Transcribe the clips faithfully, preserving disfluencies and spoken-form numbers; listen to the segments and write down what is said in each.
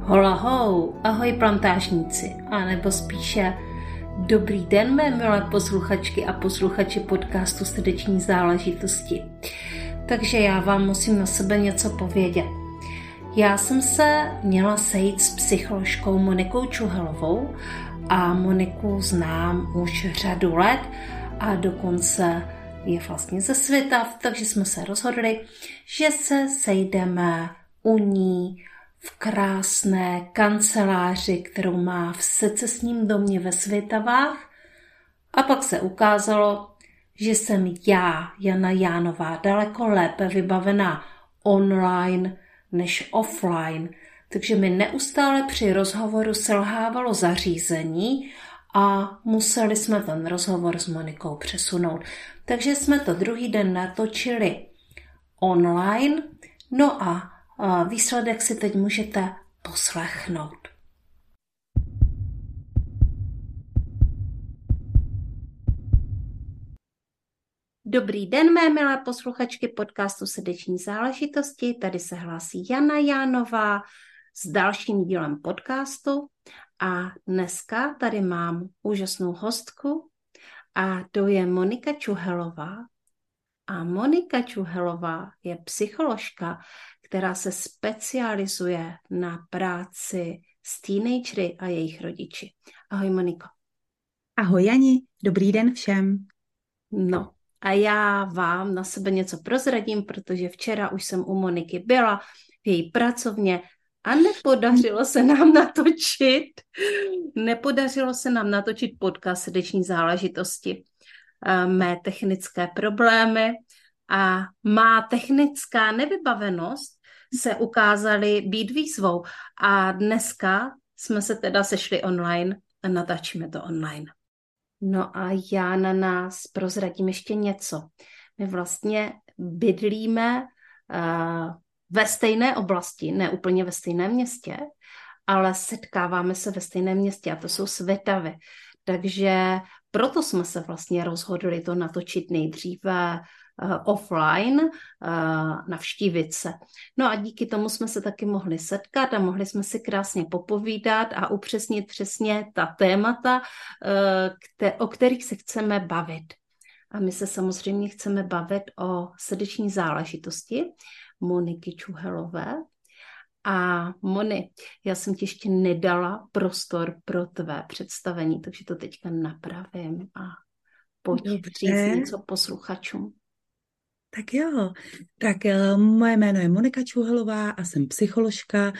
Hola hou, ahoj plantážníci, anebo spíše dobrý den, mé milé posluchačky a posluchači podcastu Srdeční záležitosti. Takže já vám musím na sebe něco povědět. Já jsem se měla sejít s psycholožkou Monikou Čuhelovou a Moniku znám už řadu let a dokonce je vlastně ze Svitav, takže jsme se rozhodli, že se sejdeme u ní v krásné kanceláři, kterou má v secesním domě ve Svitavách. A pak se ukázalo, že jsem já, Jana Jánová, daleko lépe vybavená online než offline. Takže mi neustále při rozhovoru selhávalo zařízení a museli jsme ten rozhovor s Monikou přesunout. Takže jsme to druhý den natočili online, no a výsledek si teď můžete poslechnout. Dobrý den, mé milé posluchačky podcastu Srdeční záležitosti. Tady se hlásí Jana Jánová s dalším dílem podcastu a dneska tady mám úžasnou hostku a to je Monika Čuhelová. A Monika Čuhelová je psycholožka, která se specializuje na práci s teenagery a jejich rodiči. Ahoj, Moniko. Ahoj, Jani. Dobrý den všem. No a já vám na sebe něco prozradím, protože včera už jsem u Moniky byla v její pracovně a nepodařilo se nám natočit, nepodařilo se nám natočit podcast Srdeční záležitosti. Mé technické problémy a má technická nevybavenost se ukázaly být výzvou. A dneska jsme se teda sešli online a natáčíme to online. No a já na nás prozradím ještě něco. My vlastně bydlíme uh, ve stejné oblasti, ne úplně ve stejném městě, ale setkáváme se ve stejném městě a to jsou Svitavy. Takže proto jsme se vlastně rozhodli to natočit nejdříve uh, offline, uh, navštívit se. No a díky tomu jsme se taky mohli setkat a mohli jsme si krásně popovídat a upřesnit přesně ta témata, uh, kte- o kterých se chceme bavit. A my se samozřejmě chceme bavit o srdeční záležitosti Moniky Čuhelové. A Moni, já jsem ti ještě nedala prostor pro tvé představení, takže to teďka napravím a pojď Dobře. říct něco posluchačům. Tak jo, tak moje jméno je Monika Čuhelová a jsem psycholožka.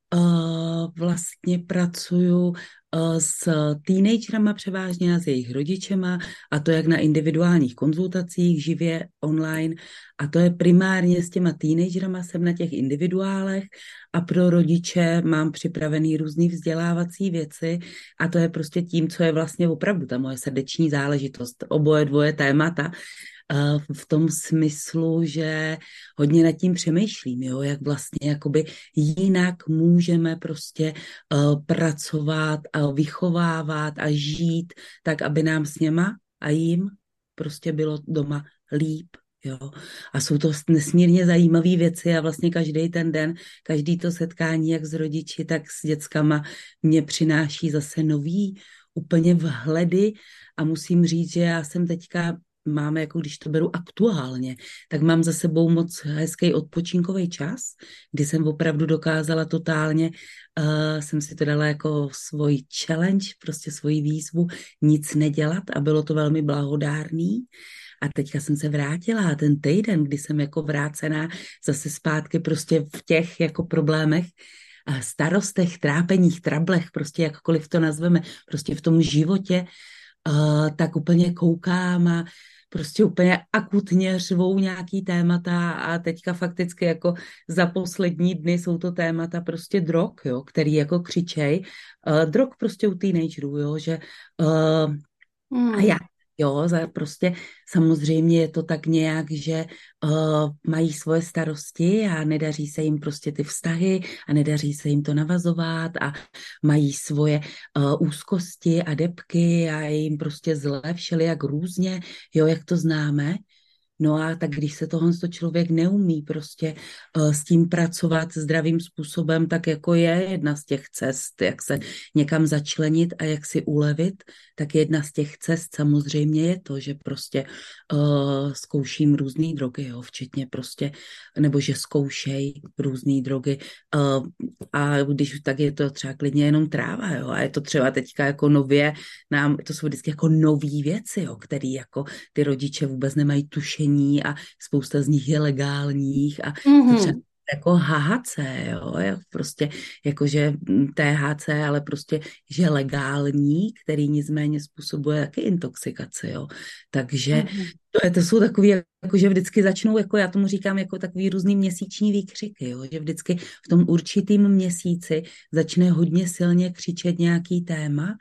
Vlastně pracuju s teenagerama převážně a s jejich rodičema a to jak na individuálních konzultacích, živě, online a to je primárně s těma teenagerama, jsem na těch individuálech a pro rodiče mám připravený různý vzdělávací věci a to je prostě tím, co je vlastně opravdu ta moje srdeční záležitost, oboje dvoje témata. V tom smyslu, že hodně nad tím přemýšlím, jo, jak vlastně jakoby jinak můžeme prostě uh, pracovat a vychovávat a žít tak, aby nám s něma a jim prostě bylo doma líp. Jo. A jsou to nesmírně zajímavé věci a vlastně každý ten den, každý to setkání jak s rodiči, tak s dětskama mě přináší zase nový úplně vhledy a musím říct, že já jsem teďka máme, jako když to beru aktuálně, tak mám za sebou moc hezký odpočinkový čas, kdy jsem opravdu dokázala totálně, uh, jsem si to dala jako svůj challenge, prostě svoji výzvu, nic nedělat a bylo to velmi blahodárný. A teďka jsem se vrátila a ten týden, kdy jsem jako vrácená zase zpátky prostě v těch jako problémech, starostech, trápeních, trablech, prostě jakkoliv to nazveme, prostě v tom životě, uh, tak úplně koukám a prostě úplně akutně řvou nějaký témata a teďka fakticky jako za poslední dny jsou to témata prostě drog, jo, který jako křičej. Uh, drog prostě u teenagerů, jo, že uh, hmm. a já Jo, za prostě samozřejmě je to tak nějak, že uh, mají svoje starosti a nedaří se jim prostě ty vztahy a nedaří se jim to navazovat a mají svoje uh, úzkosti a debky a je jim prostě zle všelijak různě, jo, jak to známe. No a tak když se tohle to člověk neumí prostě uh, s tím pracovat zdravým způsobem, tak jako je jedna z těch cest, jak se někam začlenit a jak si ulevit, tak jedna z těch cest samozřejmě je to, že prostě uh, zkouším různé drogy, jo, včetně prostě, nebo že zkoušej různé drogy uh, a když tak je to třeba klidně jenom tráva, jo, a je to třeba teďka jako nově, nám, to jsou vždycky jako nový věci, jo, který jako ty rodiče vůbec nemají tušení a spousta z nich je legálních a to třeba Mm-hmm. jako H H C, jo, jak prostě jakože T H C, ale prostě, že legální, který nicméně způsobuje taky intoxikaci, jo. Takže Mm-hmm. to, je, to jsou takový, jakože vždycky začnou, jako já tomu říkám, jako takový různý měsíční výkřiky, jo, že vždycky v tom určitým měsíci začne hodně silně křičet nějaký téma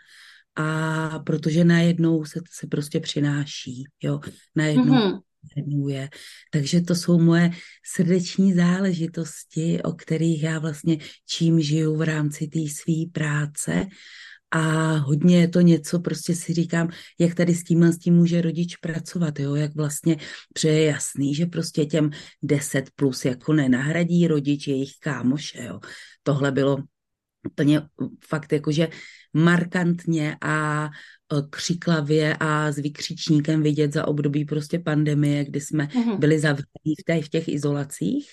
a protože najednou se, se prostě přináší, jo, najednou Mm-hmm. je. Takže to jsou moje srdeční záležitosti, o kterých já vlastně čím žiju v rámci té své práce a hodně je to něco, prostě si říkám, jak tady s tím, s tím může rodič pracovat, jo, jak vlastně přeje jasný, že prostě těm deset plus jako nenahradí rodič jejich kámoše, jo. Tohle bylo úplně fakt jakože markantně a křiklavě a s vykřičníkem vidět za období prostě pandemie, kdy jsme Mm-hmm. byli zavření v, té, v těch izolacích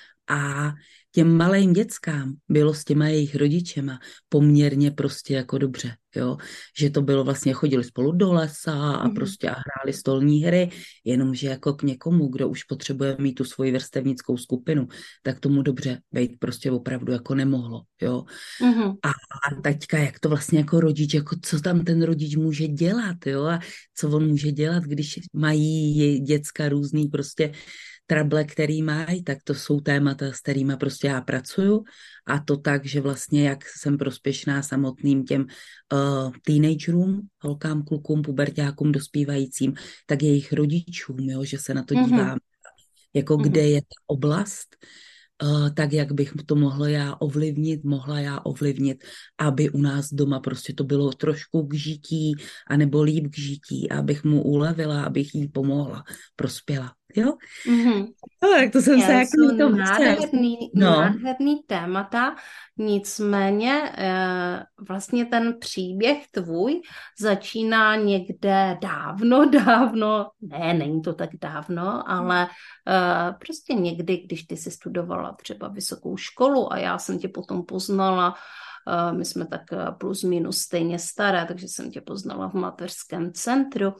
a těm malým dětskám bylo s těma jejich rodičema poměrně prostě jako dobře, jo, že to bylo vlastně, chodili spolu do lesa a prostě a hráli stolní hry, jenomže jako k někomu, kdo už potřebuje mít tu svoji vrstevnickou skupinu, tak tomu dobře být prostě opravdu jako nemohlo, jo. Mm-hmm. A teďka, jak to vlastně jako rodič, jako co tam ten rodič může dělat, jo, a co on může dělat, když mají děcka různý prostě trable, který mají, tak to jsou témata, s kterými prostě já pracuju a to tak, že vlastně jak jsem prospěšná samotným těm uh, teenagerům, holkám, klukům, puberťákům, dospívajícím, tak jejich rodičům, jo, že se na to dívám, jako Mm-hmm. kde je ta oblast, Uh, tak, jak bych to mohla já ovlivnit, mohla já ovlivnit, aby u nás doma prostě to bylo trošku k žití, anebo líp k žití, abych mu ulevila, abych jí pomohla, prospěla. Jo? Mm-hmm. No, tak to jsem se jako Jsou to nádherný, no. nádherný témata, nicméně eh, vlastně ten příběh tvůj začíná někde dávno, dávno, ne, není to tak dávno, ale eh, prostě někdy, když ty jsi studovala třeba vysokou školu a já jsem tě potom poznala, eh, my jsme tak plus minus stejně staré, takže jsem tě poznala v mateřském centru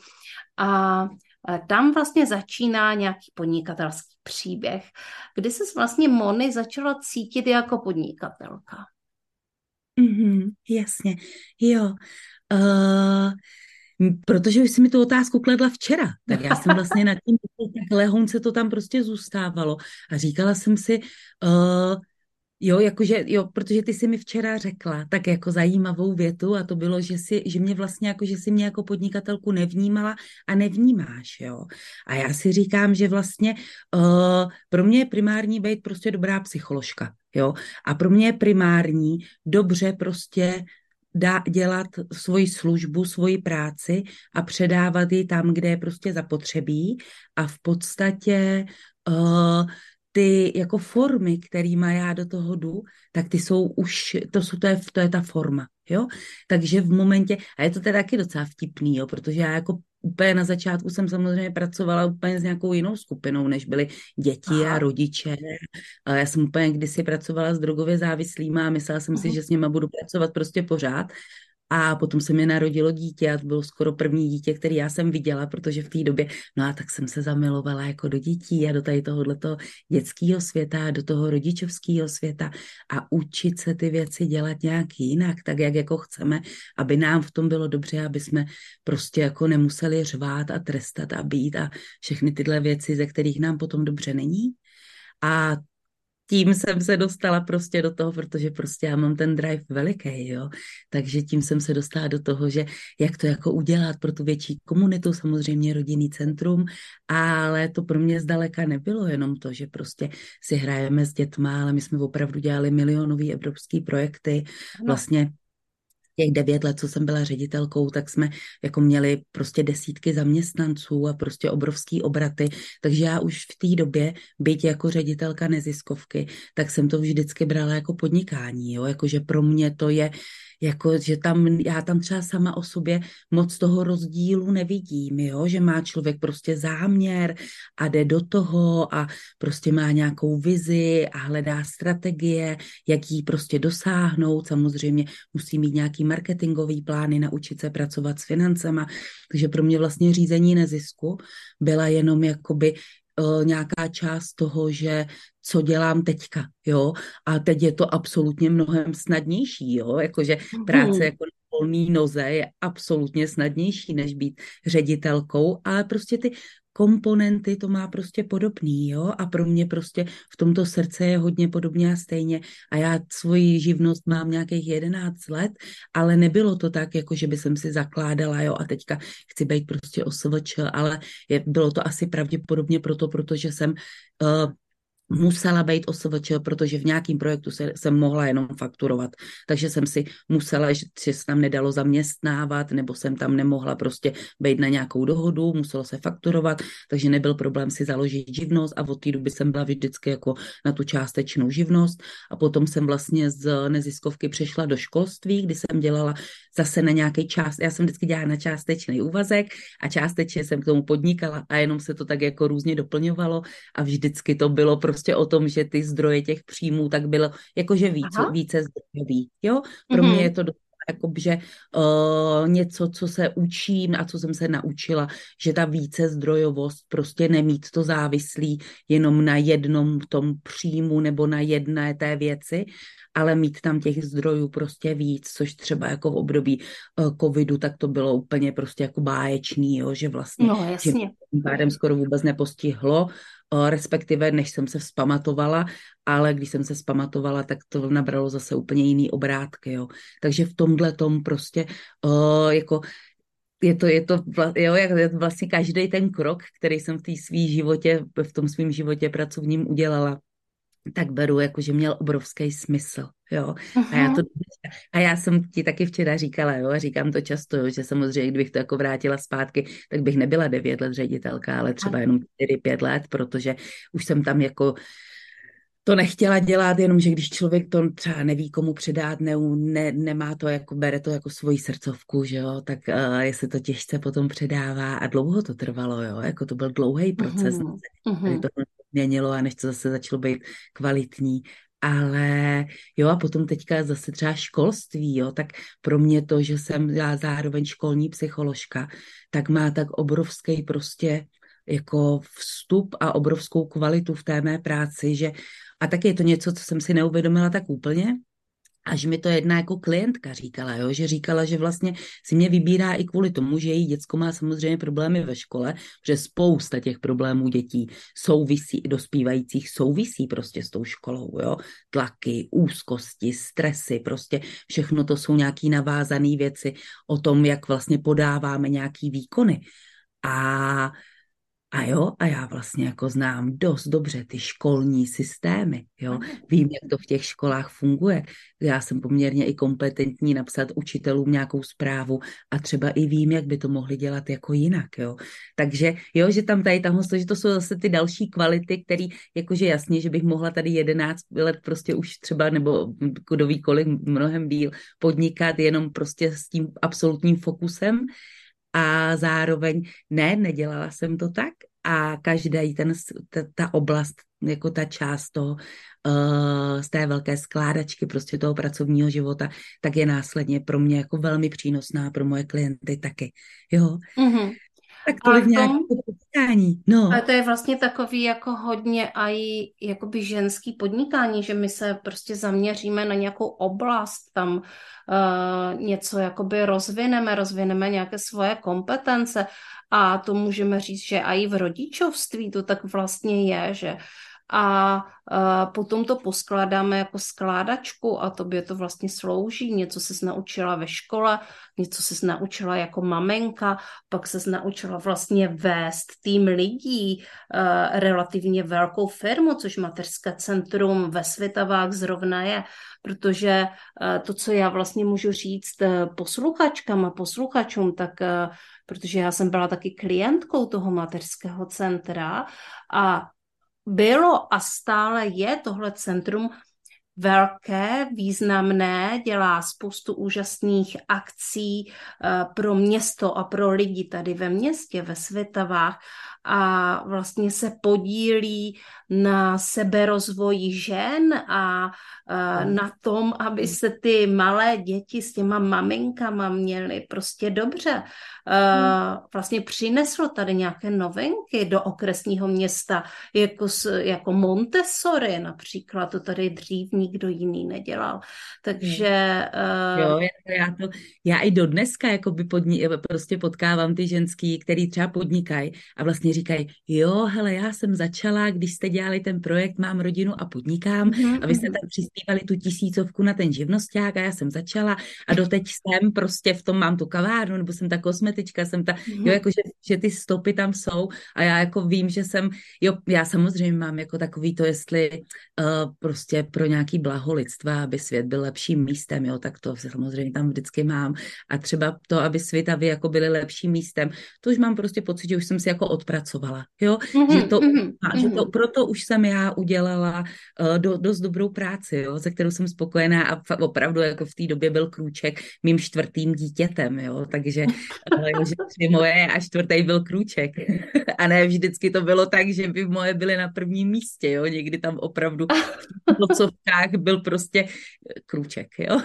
a tam vlastně začíná nějaký podnikatelský příběh, kdy ses vlastně Moni začala cítit jako podnikatelka. Mm-hmm, jasně, jo. Uh, protože už jsi mi tu otázku kladla včera, tak já jsem vlastně nad tím, tak lehonce to tam prostě zůstávalo a říkala jsem si, uh, jo, jakože, jo, protože ty jsi mi včera řekla tak jako zajímavou větu a to bylo, že, si, že mě vlastně jako, že jsi mě jako podnikatelku nevnímala a nevnímáš, jo. A já si říkám, že vlastně uh, pro mě je primární být prostě dobrá psycholožka, jo. A pro mě je primární dobře prostě dá, dělat svoji službu, svoji práci a předávat ji tam, kde je prostě zapotřebí a v podstatě uh, ty jako formy, kterýma já do toho jdu, tak ty jsou už, to, jsou, to, je, to je ta forma, jo. Takže v momentě, a je to teda taky docela vtipný, jo, protože já jako úplně na začátku jsem samozřejmě pracovala úplně s nějakou jinou skupinou, než byly děti a rodiče. A já jsem úplně kdysi pracovala s drogově závislýma a myslela jsem si, že s nima budu pracovat prostě pořád. A potom se mi narodilo dítě a to bylo skoro první dítě, který já jsem viděla, protože v té době, no a tak jsem se zamilovala jako do dětí a do tady tohoto dětského světa, do toho rodičovského světa a učit se ty věci dělat nějak jinak, tak jak jako chceme, aby nám v tom bylo dobře, aby jsme prostě jako nemuseli řvát a trestat a být a všechny tyhle věci, ze kterých nám potom dobře není. A tím jsem se dostala prostě do toho, protože prostě já mám ten drive veliký, jo. Takže tím jsem se dostala do toho, že jak to jako udělat pro tu větší komunitu, samozřejmě rodinný centrum, ale to pro mě zdaleka nebylo jenom to, že prostě si hrajeme s dětma, ale my jsme opravdu dělali milionový evropský projekty, vlastně těch devět let, co jsem byla ředitelkou, tak jsme jako měli prostě desítky zaměstnanců a prostě obrovský obraty, takže já už v té době, byť jako ředitelka neziskovky, tak jsem to vždycky brala jako podnikání, jo, jakože pro mě to je jako, že tam, já tam třeba sama o sobě moc toho rozdílu nevidím, jo, že má člověk prostě záměr a jde do toho a prostě má nějakou vizi a hledá strategie, jak jí prostě dosáhnout, samozřejmě musí mít nějaký marketingový plány, naučit se pracovat s financema, takže pro mě vlastně řízení nezisku byla jenom jakoby uh, nějaká část toho, že co dělám teďka, jo, a teď je to absolutně mnohem snadnější, jo, jakože práce jako na volný noze je absolutně snadnější, než být ředitelkou, ale prostě ty komponenty to má prostě podobný, jo, a pro mě prostě v tomto srdce je hodně podobně a stejně a já svoji živnost mám nějakých jedenáct let, ale nebylo to tak, jako že by jsem si zakládala, jo, a teďka chci být prostě O S V Č, ale je, bylo to asi pravděpodobně proto, protože jsem uh, musela být O S V Č, protože v nějakém projektu se, jsem mohla jenom fakturovat. Takže jsem si musela, že se tam nedalo zaměstnávat, nebo jsem tam nemohla prostě být na nějakou dohodu, muselo se fakturovat, takže nebyl problém si založit živnost a od té doby jsem byla vždycky jako na tu částečnou živnost a potom jsem vlastně z neziskovky přešla do školství, kdy jsem dělala zase na nějaký část, já jsem vždycky dělala na částečný úvazek a částečně jsem k tomu podnikala a jenom se to tak jako různě doplňovalo a vždycky to bylo prostě o tom, že ty zdroje těch příjmů tak bylo jakože více, více zdrojový, jo? Pro mm-hmm. mě je to jakože uh, něco, co se učím a co jsem se naučila, že ta více zdrojovost, prostě nemít to závislý jenom na jednom tom příjmu nebo na jedné té věci, ale mít tam těch zdrojů prostě víc, což třeba jako v období uh, covidu, tak to bylo úplně prostě jako báječný, jo, že vlastně no, jasně. Že tím pádem skoro vůbec nepostihlo, uh, respektive než jsem se vzpamatovala, ale když jsem se vzpamatovala, tak to nabralo zase úplně jiný obrátky, jo. Takže v tomhle tom prostě uh, jako je to, je to jo, jak vlastně každý ten krok, který jsem v té svý životě, v tom svém životě pracovním udělala, tak beru, jako že měl obrovský smysl, jo. A já, to, a já jsem ti taky včera říkala, jo, a říkám to často, jo, že samozřejmě, kdybych to jako vrátila zpátky, tak bych nebyla devět let ředitelka, ale třeba jenom čtyři pět let, protože už jsem tam jako to nechtěla dělat, jenom že když člověk to třeba neví, komu předat, ne, ne, nemá to, jako bere to jako svoji srdcovku, že jo, tak uh, jestli to těžce potom předává a dlouho to trvalo, jo, jako to byl dlouhý proces, mm-hmm. než to změnilo a než to zase začalo být kvalitní, ale jo a potom teďka zase třeba školství, jo, tak pro mě to, že jsem já zároveň školní psycholožka, tak má tak obrovský prostě jako vstup a obrovskou kvalitu v té mé práci, že a taky je to něco, co jsem si neuvědomila tak úplně, až mi to jedna jako klientka říkala, jo, že říkala, že vlastně si mě vybírá i kvůli tomu, že její děcko má samozřejmě problémy ve škole, že spousta těch problémů dětí souvisí, dospívajících souvisí prostě s tou školou, jo, tlaky, úzkosti, stresy, prostě všechno to jsou nějaký navázané věci o tom, jak vlastně podáváme nějaký výkony a A jo, a já vlastně jako znám dost dobře ty školní systémy, jo. Vím, jak to v těch školách funguje. Já jsem poměrně i kompetentní napsat učitelům nějakou zprávu a třeba i vím, jak by to mohli dělat jako jinak, jo. Takže jo, že tam tady tam, že to jsou zase ty další kvality, které jakože jasně, že bych mohla tady jedenáct let prostě už třeba, nebo kdo ví kolik, mnohem díl podnikat jenom prostě s tím absolutním fokusem, a zároveň ne, nedělala jsem to tak a každý ten, ta, ta oblast, jako ta část toho, uh, z té velké skládačky prostě toho pracovního života, tak je následně pro mě jako velmi přínosná, pro moje klienty taky, jo. Mm-hmm. Tak tolik nějaké podnikání, no. Ale to je vlastně takový jako hodně i jakoby ženský podnikání, že my se prostě zaměříme na nějakou oblast, tam uh, něco jakoby rozvineme, rozvineme nějaké svoje kompetence a to můžeme říct, že i v rodičovství to tak vlastně je, že a uh, potom to poskládáme jako skládačku a tobě to vlastně slouží. Něco ses naučila ve škole, něco ses naučila jako maminka, pak ses naučila vlastně vést tým lidí, uh, relativně velkou firmu, což mateřské centrum ve Svitavách zrovna je, protože uh, to, co já vlastně můžu říct uh, posluchačkám a posluchačům, tak uh, protože já jsem byla taky klientkou toho mateřského centra a bylo a stále je tohle centrum velké, významné, dělá spoustu úžasných akcí uh, pro město a pro lidi tady ve městě, ve Svitavách a vlastně se podílí na seberozvoji žen a uh, na tom, aby se ty malé děti s těma maminkama měly prostě dobře. Uh, vlastně přineslo tady nějaké novinky do okresního města, jako, jako Montessori například, to tady dřív nikdo jiný nedělal. Takže... Uh... Jo, já, to, já i do dneska jakoby podni, prostě potkávám ty ženský, který třeba podnikají a vlastně říkají, jo, hele, já jsem začala, když jste dělali ten projekt, mám rodinu a podnikám mm-hmm. a vy jste tam přispívali tu tisícovku na ten živnosťák a já jsem začala a doteď jsem prostě v tom mám tu kavárnu, nebo jsem ta kosmetička, jsem ta, mm-hmm. jo, jako, že, že ty stopy tam jsou a já jako vím, že jsem, jo, já samozřejmě mám jako takový to, jestli uh, prostě pro nějaký blaho lidstva, aby svět byl lepším místem, jo, tak to samozřejmě tam vždycky mám a třeba to, aby Svitavy jako byly lepším místem, to už mám prostě pocit, že už jsem si jako odpracovala, jo, mm-hmm, že, to, mm-hmm. že to, proto už jsem já udělala uh, do, dost dobrou práci, jo, se kterou jsem spokojená a fa- opravdu jako v té době byl Krůček mým čtvrtým dítětem, jo, takže uh, že tři moje a čtvrtý byl Krůček a ne vždycky to bylo tak, že by moje byly na prvním místě, jo, někdy tam opravdu v pocovkách byl prostě Krůček, jo.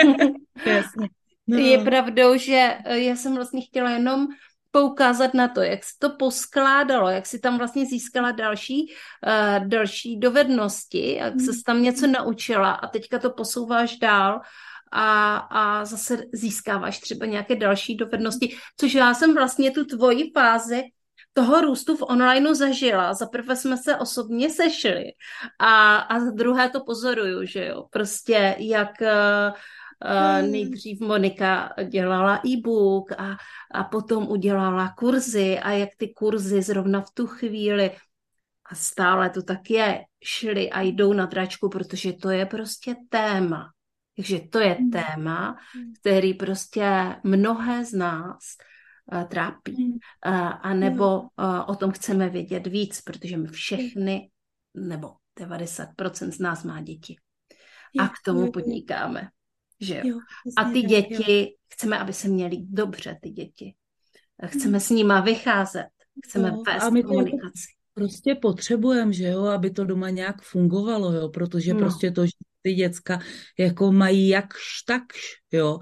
Jasně. No. Je pravdou, že já jsem vlastně chtěla jenom poukázat na to, jak se to poskládalo, jak si tam vlastně získala další, uh, další dovednosti, jak se tam něco naučila a teďka to posouváš dál a, a zase získáváš třeba nějaké další dovednosti, což já jsem vlastně tu tvoji fázi toho růstu v onlineu zažila. Za prvé jsme se osobně sešli a, a za druhé to pozoruju, že jo, prostě jak... Uh, Uh, nejdřív Monika dělala e-book a, a potom udělala kurzy a jak ty kurzy zrovna v tu chvíli a stále to tak je, šly a jdou na tračku, protože to je prostě téma. Takže to je téma, který prostě mnohé z nás uh, trápí. Uh, a nebo uh, o tom chceme vědět víc, protože my všechny, nebo devadesát procent z nás má děti. A k tomu podnikáme. Že jo? Jo, a ty děti, jo. Chceme, aby se měly dobře ty děti. Chceme s nima vycházet, chceme jo, vést komunikaci. Prostě potřebujeme, že jo, aby to doma nějak fungovalo, jo, protože no. prostě to, že ty děcka jako mají jakž takž, jo,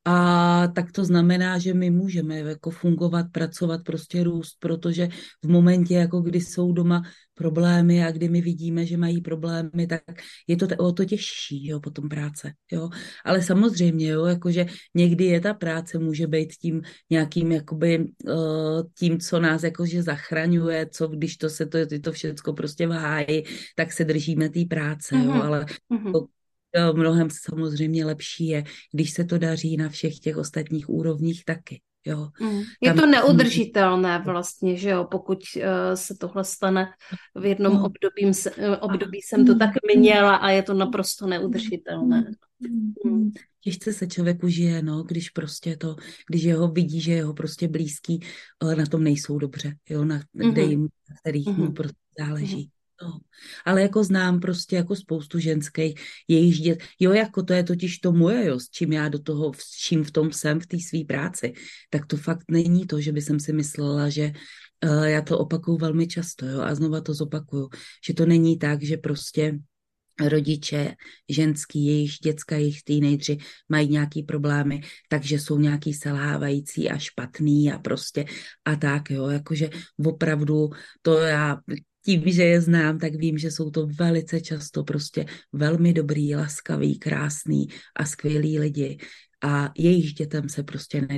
a tak to znamená, že my můžeme jako fungovat, pracovat, prostě růst, protože v momentě, jako kdy jsou doma problémy a kdy my vidíme, že mají problémy, tak je to o to těžší, jo, potom práce, jo. Ale samozřejmě, jo, jakože někdy je ta práce, může být tím nějakým, jakoby, uh, tím, co nás jakože zachraňuje, co když to se to, to všecko prostě v háji, tak se držíme té práce, mm-hmm. jo, ale to, mnohem samozřejmě lepší je, když se to daří na všech těch ostatních úrovních taky. Jo. Mm. Je to neudržitelné vlastně, že jo, pokud uh, se tohle stane v jednom no. období, uh, období jsem to tak měla a je to naprosto neudržitelné. Mm. Těžce se člověku žije, no, když prostě to, když jeho vidí, že jeho prostě blízký uh, na tom nejsou dobře, jo, na, mm-hmm. kde jim, na kterých mm-hmm. mu prostě záleží. Mm-hmm. No, ale jako znám prostě jako spoustu ženských, jejich dět, jo, jako to je totiž to moje, jo, s čím já do toho, s čím v tom jsem, v té své práci, tak to fakt není to, že by jsem si myslela, že uh, já to opakuju velmi často, jo, a znova to zopakuju, že to není tak, že prostě rodiče ženský, jejich děcka, jejich teenageři mají nějaký problémy, takže jsou nějaký selhávající a špatný a prostě a tak, jo, jakože opravdu to já tím, že je znám, tak vím, že jsou to velice často prostě velmi dobrý, laskavý, krásný a skvělý lidi a jejich dětem se prostě nedaří.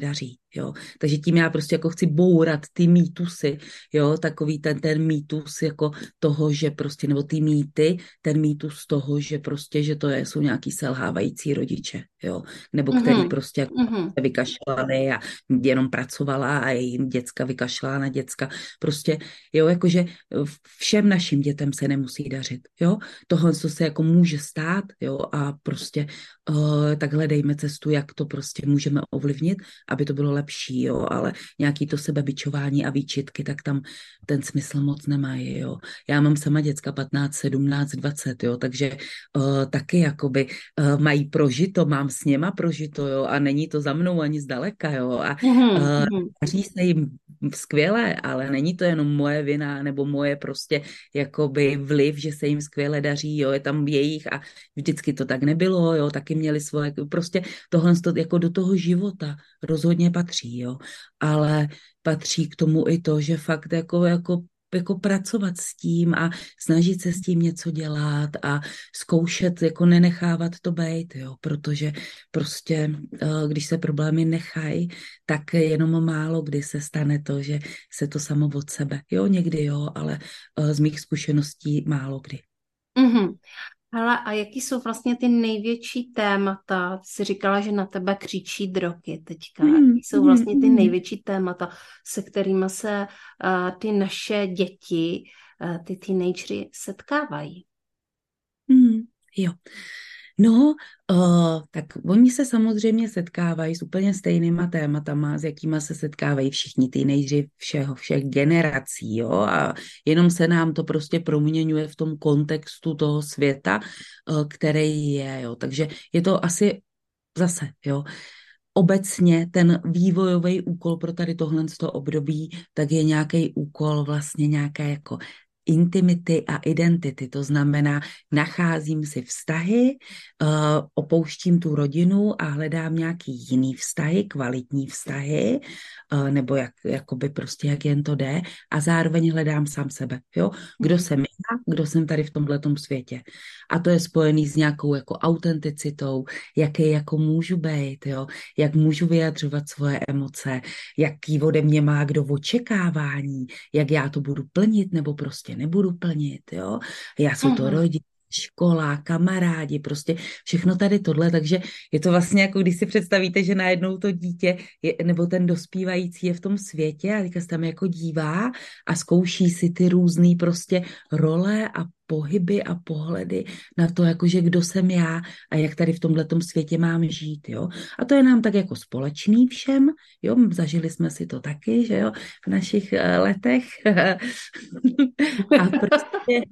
jo. Takže tím já prostě jako chci bourat ty mýtusy, jo, takový ten, ten mýtus jako toho, že prostě, nebo ty mýty, ten mýtus toho, že prostě, že to je, jsou nějaký selhávající rodiče, jo, nebo který Mhm. prostě jako Mhm. vykašlali a jenom pracovala a jejím děcka vykašlala na děcka. Prostě, jo, jakože všem našim dětem se nemusí dařit, jo. Tohle, co se jako může stát, jo, a prostě uh, tak hledejme cestu, jak to prostě můžeme ovlivnit, aby to bylo lepší, jo, ale nějaký to sebebičování a výčitky, tak tam ten smysl moc nemají, jo. Já mám sama děcka patnáct, sedmnáct, dvacet, jo, takže uh, taky jakoby uh, mají prožito, mám s něma prožito, jo, a není to za mnou ani zdaleka, jo, a Mhm. uh, Mhm. daří se jim skvěle, ale není to jenom moje vina nebo moje prostě jakoby vliv, že se jim skvěle daří, jo, je tam jejich a vždycky to tak nebylo, jo, taky měli svoje, prostě tohle jako do toho života rozhodně patří, jo, ale patří k tomu i to, že fakt jako, jako jako pracovat s tím a snažit se s tím něco dělat a zkoušet, jako nenechávat to bejt, jo, protože prostě, když se problémy nechají, tak jenom málo kdy se stane to, že se to samo od sebe, jo, někdy jo, ale z mých zkušeností málo kdy. Mhm. Hele, a jaký jsou vlastně ty největší témata? Ty jsi říkala, že na tebe křičí drogy teďka. Mm, Jaký jsou mm, vlastně ty mm. největší témata, se kterými se uh, ty naše děti, uh, ty teenagery setkávají? Mm, jo. No, uh, tak oni se samozřejmě setkávají s úplně stejnýma tématama, s jakýma se setkávají všichni teenageři všeho, všech generací, jo, a jenom se nám to prostě proměňuje v tom kontextu toho světa, uh, který je, jo, takže je to asi zase, jo, obecně ten vývojový úkol pro tady tohle období, tak je nějaký úkol vlastně nějaké jako intimity a identity, to znamená, nacházím si vztahy, uh, opouštím tu rodinu a hledám nějaký jiný vztahy, kvalitní vztahy, uh, nebo jak, jakoby prostě jak jen to jde a zároveň hledám sám sebe, jo, kdo jsem já, kdo jsem tady v tomhletom světě a to je spojený s nějakou jako autenticitou, jaký jako můžu být, jo, jak můžu vyjadřovat svoje emoce, jaký ode mě má kdo očekávání, jak já to budu plnit nebo prostě nebudu plnit, jo. Já jsou to Mhm. rodiče, škola, kamarádi, prostě všechno tady tohle, takže je to vlastně jako když si představíte, že najednou to dítě je, nebo ten dospívající je v tom světě a teďka se tam jako dívá a zkouší si ty různý prostě role a pohyby a pohledy na to, jakože kdo jsem já a jak tady v tomhletom světě mám žít, jo. A to je nám tak jako společný všem, jo, zažili jsme si to taky, že jo, v našich uh, letech. A prostě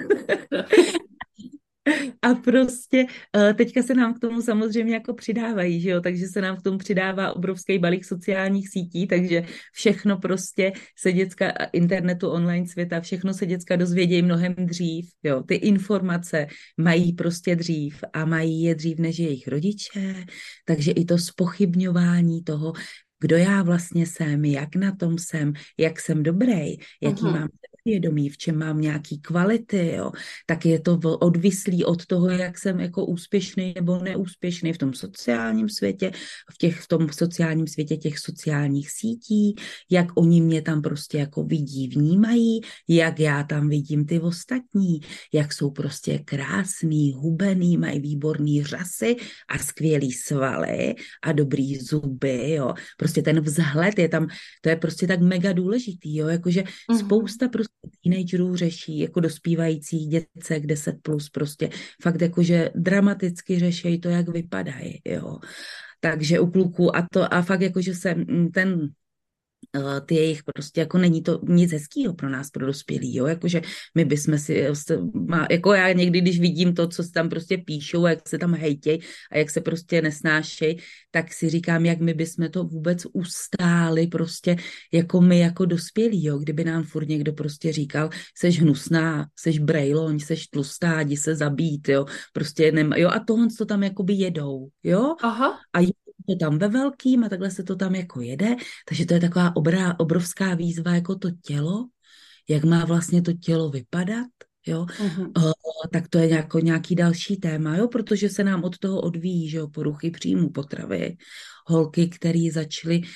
a prostě teďka se nám k tomu samozřejmě jako přidávají, že jo, takže se nám k tomu přidává obrovský balík sociálních sítí, takže všechno prostě se děcka, internetu, online světa, všechno se děcka dozvědějí mnohem dřív, jo, ty informace mají prostě dřív a mají je dřív než jejich rodiče, takže i to zpochybňování toho, kdo já vlastně jsem, jak na tom jsem, jak jsem dobrý, jaký Mhm. mám vědomí, v čem mám nějaký kvality, jo, tak je to odvislý od toho, jak jsem jako úspěšný nebo neúspěšný v tom sociálním světě, v, těch, v tom sociálním světě těch sociálních sítí, jak oni mě tam prostě jako vidí, vnímají, jak já tam vidím ty ostatní, jak jsou prostě krásný, hubený, mají výborný řasy a skvělý svaly a dobrý zuby, jo, prostě ten vzhled je tam, to je prostě tak mega důležitý, jo, jakože Mhm. spousta prostě teenagerů řeší, jako dospívající děcek deset plus prostě, fakt jakože dramaticky řeší to, jak vypadají, jo. Takže u kluků a to a fakt jakože se ten ty jejich prostě jako není to nic hezkýho pro nás, pro dospělí, jo, jakože my bychom si, jako já někdy, když vidím to, co se tam prostě píšou a jak se tam hejtěj a jak se prostě nesnášej, tak si říkám, jak my bychom to vůbec ustáli prostě jako my jako dospělí, jo, kdyby nám furt někdo prostě říkal, seš hnusná, seš brejloň, seš tlustá, jdi se zabít, jo, prostě nema, jo, a tohle to tam jakoby jedou, jo, Aha. a je to tam ve velkým a takhle se to tam jako jede, takže to je taková obrá, obrovská výzva jako to tělo, jak má vlastně to tělo vypadat, jo, Mhm. uh, tak to je jako nějaký další téma, jo, protože se nám od toho odvíjí, že jo, poruchy příjmu potravy, holky, které začaly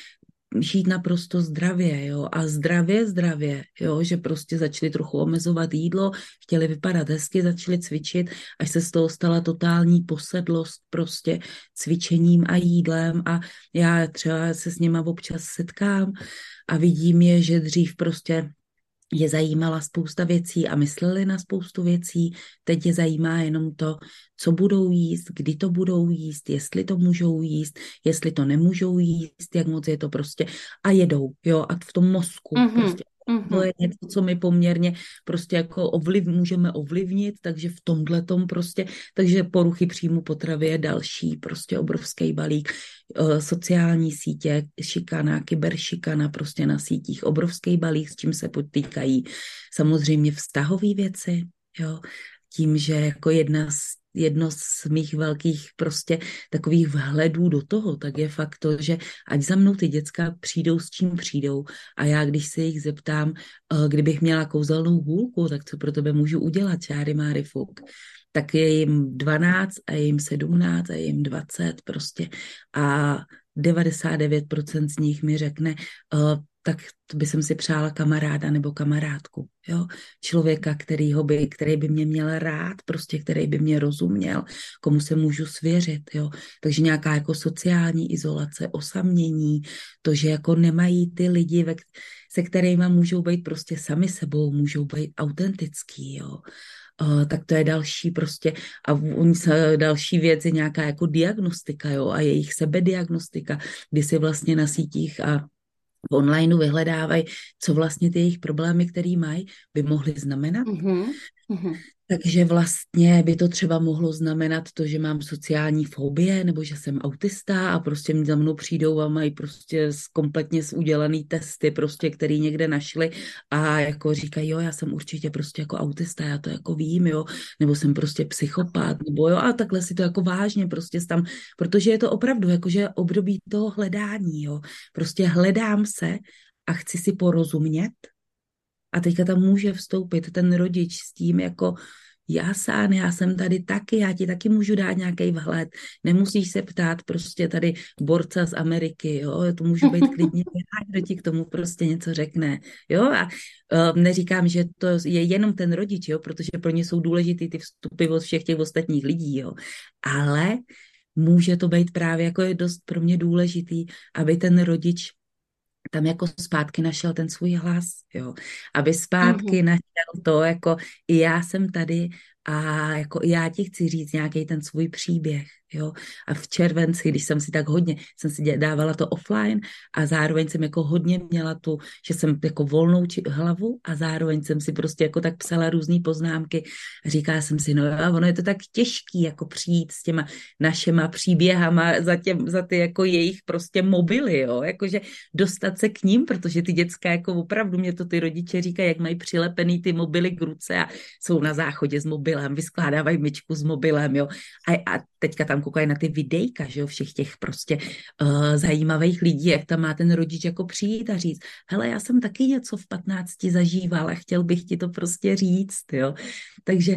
žít naprosto zdravě, jo, a zdravě, zdravě, jo, že prostě začali trochu omezovat jídlo, chtěli vypadat hezky, začali cvičit, až se z toho stala totální posedlost prostě cvičením a jídlem a já třeba se s nima občas setkám a vidím je, že dřív prostě je zajímala spousta věcí a mysleli na spoustu věcí. Teď je zajímá jenom to, co budou jíst, kdy to budou jíst, jestli to můžou jíst, jestli to nemůžou jíst, jak moc je to prostě. A jedou, jo, a v tom mozku Mm-hmm. prostě. To je něco, co my poměrně prostě jako ovliv, můžeme ovlivnit, takže v tomhletom prostě, takže poruchy příjmu potravy je další prostě obrovský balík. Sociální sítě, šikana, kyberšikana prostě na sítích, obrovský balík, s čím se potýkají. Samozřejmě vztahové věci, jo, tím, že jako jedna z jedno z mých velkých prostě takových vhledů do toho, tak je fakt to, že ať za mnou ty děcka přijdou s čím přijdou a já, když se jich zeptám, kdybych měla kouzelnou hůlku, tak co pro tebe můžu udělat, čáry máry fuk, tak je jim dvanáct a je jim sedmnáct a je jim dvacet prostě a devadesát devět procent z nich mi řekne, tak to by jsem si přála kamaráda nebo kamarádku, jo, člověka, kterýho by, který by mě měl rád, prostě, který by mě rozuměl, komu se můžu svěřit, jo, takže nějaká jako sociální izolace, osamění, to, že jako nemají ty lidi, ve, se kterými můžou být prostě sami sebou, můžou být autentický, jo, Uh, tak to je další prostě a oni se, další věc je nějaká jako diagnostika, jo, a jejich sebediagnostika, kdy si vlastně na sítích a v onlineu vyhledávají, co vlastně ty jejich problémy, které mají, by mohly znamenat. Mm-hmm. Mm-hmm. Takže vlastně by to třeba mohlo znamenat to, že mám sociální fobie, nebo že jsem autista a prostě mě za mnou přijdou a mají prostě kompletně udělaný testy, prostě, který někde našli a jako říkají, jo, já jsem určitě prostě jako autista, já to jako vím, jo, nebo jsem prostě psychopat, nebo jo, a takhle si to jako vážně prostě tam, protože je to opravdu jakože období toho hledání, jo, prostě hledám se a chci si porozumět. A teďka tam může vstoupit ten rodič s tím jako já sám, já jsem tady taky, já ti taky můžu dát nějaký vhled. Nemusíš se ptát prostě tady borca z Ameriky, jo, to můžu být klidně, kdo ti k tomu prostě něco řekne, jo, a uh, neříkám, že to je jenom ten rodič, jo, protože pro ně jsou důležitý ty vstupy od všech těch ostatních lidí, jo, ale může to být právě jako je dost pro mě důležitý, aby ten rodič tam jako zpátky našel ten svůj hlas, jo, aby zpátky mm-hmm. našel to, jako i já jsem tady a jako já ti chci říct nějaký ten svůj příběh, jo, a v červenci, když jsem si tak hodně, jsem si dávala to offline a zároveň jsem jako hodně měla tu, že jsem jako volnou či, hlavu a zároveň jsem si prostě jako tak psala různý poznámky a říkala jsem si, no jo, ono je to tak těžký jako přijít s těma našima příběhama za, těm, za ty jako jejich prostě mobily, jo, jakože dostat se k ním, protože ty děcka jako opravdu mě to ty rodiče říkají, jak mají přilepený ty mobily k ruce a jsou na záchodě s mobilem, vyskládávají myčku s mobilem, jo, a, a teďka tam koukají na ty videjka, že jo, všech těch prostě uh, zajímavých lidí, jak tam má ten rodič jako přijít a říct, hele, já jsem taky něco v patnácti zažíval a chtěl bych ti to prostě říct, jo, takže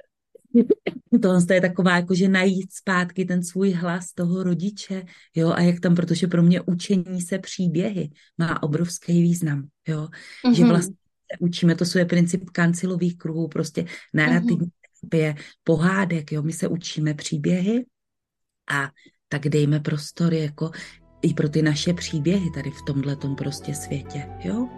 to je taková, jakože najít zpátky ten svůj hlas toho rodiče, jo, a jak tam, protože pro mě učení se příběhy má obrovský význam, jo, mm-hmm. že vlastně učíme, to je princip kancilových kruhů, prostě narrativní terapie, mm-hmm. pohádek, jo, my se učíme příběhy a tak dejme prostor jako i pro ty naše příběhy tady v tomhletom prostě světě, jo.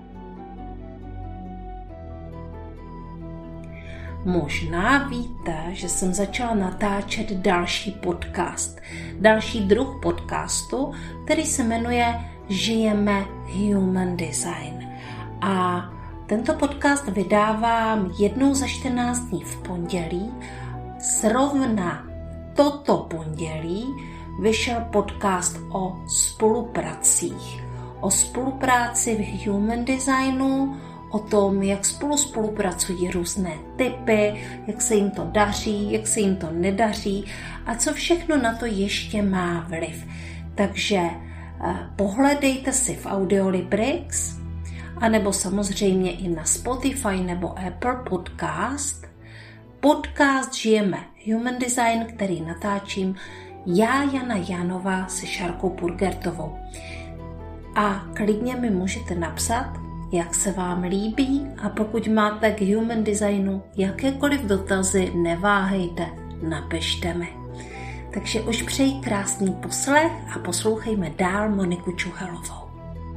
Možná víte, že jsem začala natáčet další podcast, další druh podcastu, který se jmenuje Žijeme Human Design. A tento podcast vydávám jednou za čtrnáct dní v pondělí. Zrovna toto pondělí vyšel podcast o spolupracích. O spolupráci v Human Designu, o tom, jak spolu spolupracují různé typy, jak se jim to daří, jak se jim to nedaří a co všechno na to ještě má vliv. Takže eh, pohledejte si v Audiolibrix, anebo samozřejmě i na Spotify nebo Apple Podcast. Podcast Žijeme Human Design, který natáčím já, Jana Jánová, se Šárkou Purgertovou. A klidně mi můžete napsat, jak se vám líbí, a pokud máte k human designu jakékoliv dotazy, neváhejte, napište mi. Takže už přeji krásný poslech a poslouchejme dál Moniku Čuhelovou.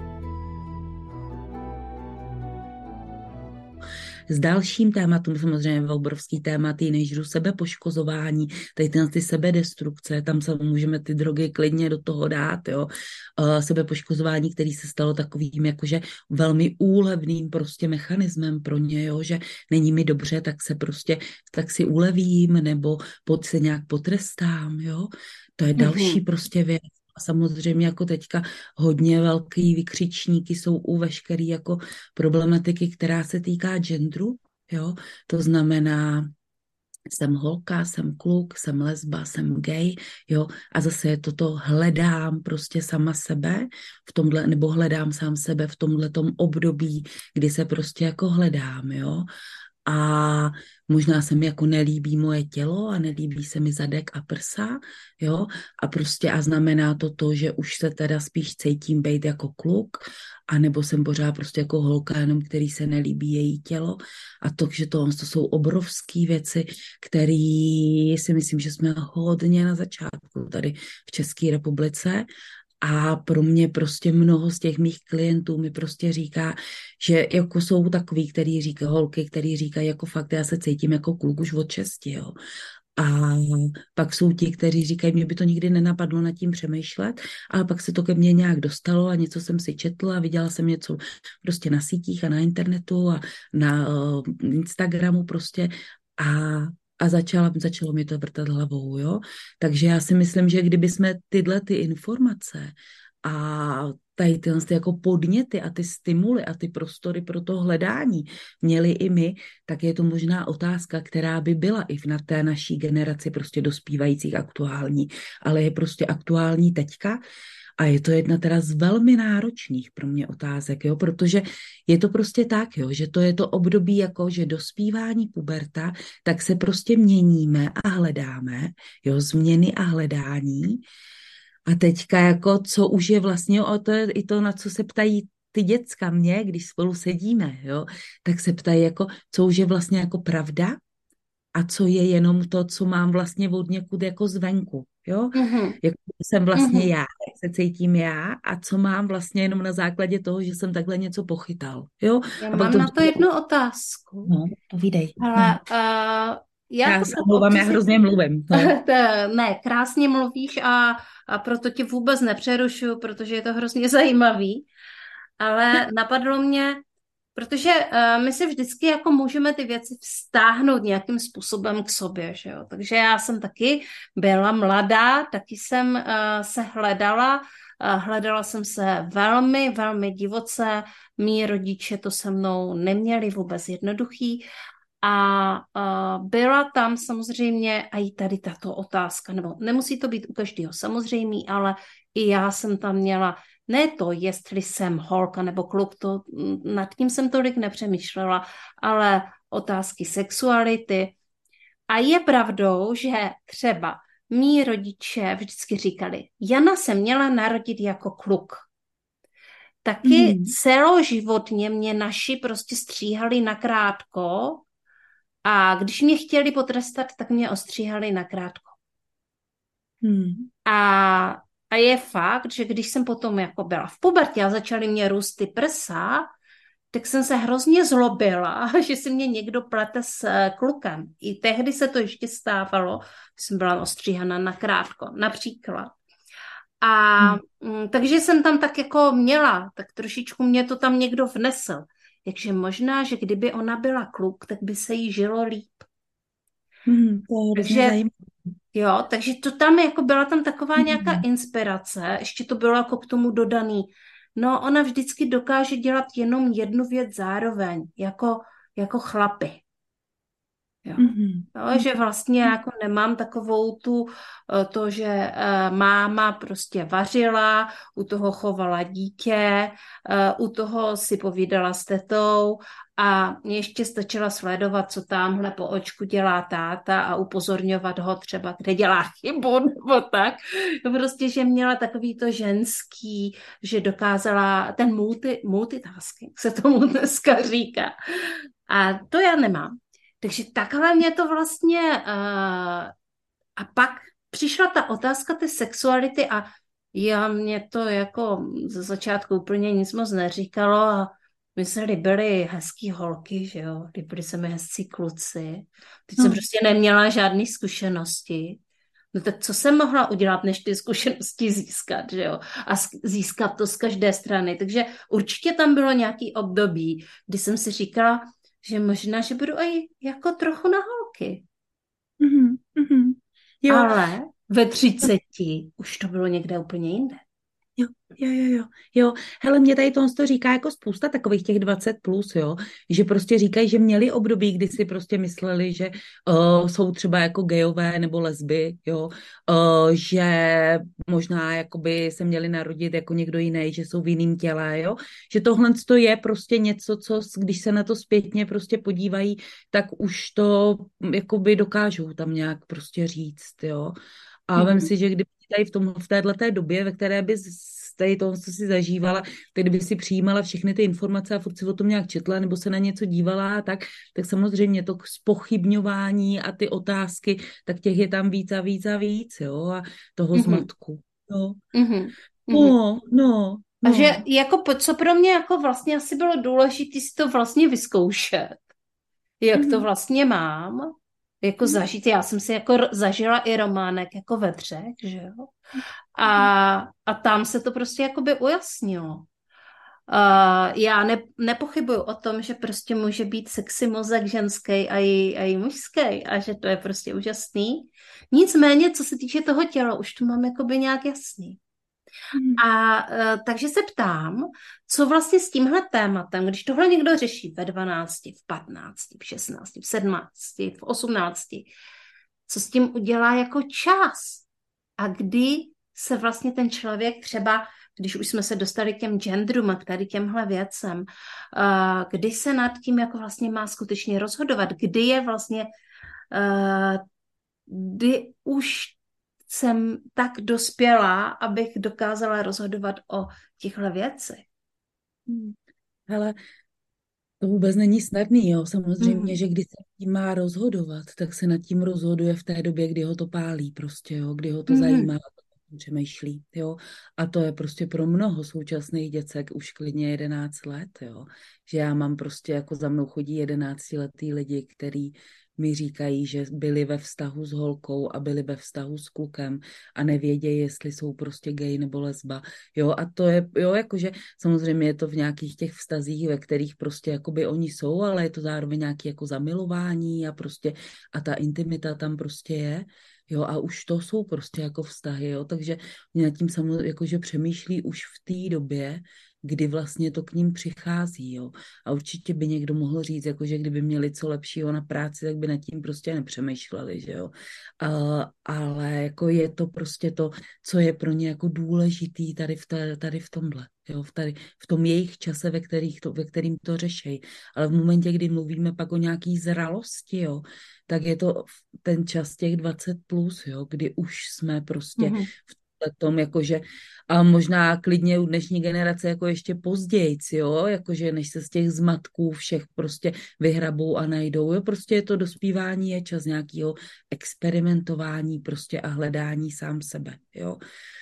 S dalším tématem, samozřejmě obrovský téma, teenagerů, sebepoškozování, tady ty, ty sebedestrukce, tam se můžeme ty drogy klidně do toho dát, jo. Uh, sebepoškozování, který se stalo takovým jakože velmi úlevným prostě mechanismem pro ně, jo, že není mi dobře, tak se prostě, tak si ulevím, nebo pod se nějak potrestám, jo. To je další mm-hmm. prostě věc. A samozřejmě jako teďka hodně velký vykřičníky jsou u veškerý jako problematiky, která se týká genderu, jo, to znamená jsem holka, jsem kluk, jsem lesba, jsem gay, jo, a zase je toto hledám prostě sama sebe v tomhle, nebo hledám sám sebe v tomhletom období, kdy se prostě jako hledám, jo, a možná se mi jako nelíbí moje tělo a nelíbí se mi zadek a prsa, jo, a prostě a znamená to to, že už se teda spíš cítím být jako kluk, anebo jsem pořád prostě jako holka, jenom který se nelíbí její tělo, a to, že to, to jsou obrovské věci, které si myslím, že jsme hodně na začátku tady v České republice. A pro mě prostě mnoho z těch mých klientů mi prostě říká, že jako jsou takový, který říkají, holky, který říkají jako fakt, já se cítím jako kluk už od šesti, jo. A pak jsou ti, kteří říkají, mě by to nikdy nenapadlo nad tím přemýšlet, ale pak se to ke mně nějak dostalo a něco jsem si četla a viděla jsem něco prostě na sítích a na internetu a na uh, Instagramu prostě a A začala, začalo mi to vrtat hlavou, jo. Takže já si myslím, že kdyby jsme tyhle ty informace a tady tyhle ty jako podněty a ty stimuly a ty prostory pro to hledání měli i my, tak je to možná otázka, která by byla i na té naší generaci prostě dospívajících aktuální, ale je prostě aktuální teďka. A je to jedna teda z velmi náročných pro mě otázek, jo, protože je to prostě tak, jo, že to je to období jako, že dospívání puberta, tak se prostě měníme a hledáme, jo, změny a hledání. A teďka jako, co už je vlastně, o to je i to, na co se ptají ty děcka mě, když spolu sedíme, jo, tak se ptají jako, co už je vlastně jako pravda a co je jenom to, co mám vlastně od někud jako zvenku. Jo? Mm-hmm. Jak jsem vlastně mm-hmm. já, jak se cítím já a co mám vlastně jenom na základě toho, že jsem takhle něco pochytal. Jo? Já a mám to... na to jednu otázku. No, povídej. Ale no. uh, já, já se mluvám, já hrozně mluvím. No. Ne, krásně mluvíš a, a proto tě vůbec nepřerušuju, protože je to hrozně zajímavý. Ale napadlo mě, protože uh, my si vždycky jako můžeme ty věci vztáhnout nějakým způsobem k sobě, že jo. Takže já jsem taky byla mladá, taky jsem uh, se hledala, uh, hledala jsem se velmi, velmi divoce, mí rodiče to se mnou neměli vůbec jednoduchý a uh, byla tam samozřejmě i tady tato otázka, nebo nemusí to být u každého samozřejmý, ale i já jsem tam měla ne to, jestli jsem holka nebo kluk, to, nad tím jsem tolik nepřemýšlela, ale otázky sexuality. A je pravdou, že třeba mí rodiče vždycky říkali, Jana se měla narodit jako kluk. Taky mm. celoživotně mě naši prostě stříhali nakrátko a když mě chtěli potrestat, tak mě ostříhali nakrátko. Mm. A A je fakt, že když jsem potom jako byla v pubertě a začaly mě růst ty prsa, tak jsem se hrozně zlobila, že si mě někdo plete s klukem. I tehdy se to ještě stávalo, jsem byla ostříhaná nakrátko, například. A hmm. takže jsem tam tak jako měla, tak trošičku mě to tam někdo vnesl. Takže možná, že kdyby ona byla kluk, tak by se jí žilo líp. Hmm, to je takže Jo, takže to tam jako byla tam taková nějaká inspirace, ještě to bylo jako k tomu dodaný. No, ona vždycky dokáže dělat jenom jednu věc zároveň, jako, jako chlapy. Jo. Mhm. Jo, že vlastně jako nemám takovou tu, eh, to, že eh, máma prostě vařila, u toho chovala dítě, eh, u toho si povídala s tetou a mě ještě stačila sledovat, co tamhle po očku dělá táta a upozorňovat ho třeba, kde dělá chybu nebo tak. To prostě, že měla takový to ženský, že dokázala ten multi, multitasking, se tomu dneska říká. A to já nemám. Takže takhle mě to vlastně... Uh, a pak přišla ta otázka té sexuality a já mě to jako ze začátku úplně nic moc neříkalo a my se líbily hezký holky, že jo, líbily se mi hezcí kluci. Teď jsem No. prostě neměla žádné zkušenosti. No tak co jsem mohla udělat, než ty zkušenosti získat, že jo? A získat to z každé strany. Takže určitě tam bylo nějaký období, kdy jsem si říkala, že možná, že budu i jako trochu na holky. Mhm, mhm. Jo. Ale ve třiceti už to bylo někde úplně jinde. Jo, jo, jo, jo, jo. Hele, mě tady to to říká jako spousta takových těch dvacet plus, jo, že prostě říkají, že měli období, kdy si prostě mysleli, že uh, jsou třeba jako gejové nebo lesby, jo, uh, že možná jakoby se měli narodit jako někdo jiný, že jsou v jiném těle, jo, že tohle to je prostě něco, co když se na to zpětně prostě podívají, tak už to jakoby dokážou tam nějak prostě říct, jo. A Mhm. vem si, že kdyby tady v, tom, v téhleté době, ve které by tady to, co si zažívala, tak kdyby si přijímala všechny ty informace a furt si o tom nějak četla nebo se na něco dívala a tak, tak samozřejmě to zpochybňování a ty otázky, tak těch je tam víc a víc a víc, jo, a toho Mhm. zmatku, jo. Mhm. Mhm. No, no, A no. že jako po- co pro mě jako vlastně asi bylo důležité si to vlastně vyzkoušet, jak to Mhm. vlastně mám, jako Mhm. zažít. Já jsem si jako r- zažila i románek jako ve třech, že jo. A, a tam se to prostě jakoby ujasnilo. Uh, já ne, nepochybuju o tom, že prostě může být sexy mozek ženský a i, a i mužský a že to je prostě úžasný. Nicméně, co se týče toho těla, už to mám jakoby nějak jasný. Mhm. A uh, takže se ptám, co vlastně s tímhle tématem, když tohle někdo řeší ve dvanácti, v patnácti, v šestnácti, v sedmnácti, v osmnácti, co s tím udělá jako čas? A kdy se vlastně ten člověk třeba, když už jsme se dostali k těm genderům a k tady těmhle věcem, uh, kdy se nad tím jako vlastně má skutečně rozhodovat, kdy je vlastně, uh, kdy už jsem tak dospělá, abych dokázala rozhodovat o těchto věcech. Hmm. Hele, to vůbec není snadný, jo. Samozřejmě, Mm. že když se tím má rozhodovat, tak se nad tím rozhoduje v té době, kdy ho to pálí prostě, jo, kdy ho to Mm. zajímá, přemýšlí, jo. A to je prostě pro mnoho současných děcek už klidně jedenáct let, jo. Že já mám prostě, jako za mnou chodí jedenáctiletý lidi, který mi říkají, že byli ve vztahu s holkou a byli ve vztahu s klukem a nevědějí, jestli jsou prostě gay nebo lesba, jo. A to je, jo, jakože samozřejmě je to v nějakých těch vztazích, ve kterých prostě jakoby oni jsou, ale je to zároveň nějaký jako zamilování a prostě a ta intimita tam prostě je. Jo, a už to jsou prostě jako vztahy, jo, takže nad tím samozřejmě jakože přemýšlí už v té době, kdy vlastně to k ním přichází, jo. A určitě by někdo mohl říct, jakože kdyby měli co lepšího na práci, tak by nad tím prostě nepřemýšleli, že jo. A, ale jako je to prostě to, co je pro ně jako důležitý tady v, té, tady v tomhle, jo, v, tady, v tom jejich čase, ve, kterých to, ve kterým to řešejí. Ale v momentě, kdy mluvíme pak o nějaký zralosti, jo, tak je to ten čas těch dvacet plus, jo, kdy už jsme prostě Mm. v tom, jakože a možná klidně u dnešní generace jako ještě později, jo, jakože než se z těch zmatků všech prostě vyhrabou a najdou, jo, prostě je to dospívání, je čas nějakého experimentování prostě a hledání sám sebe, jo.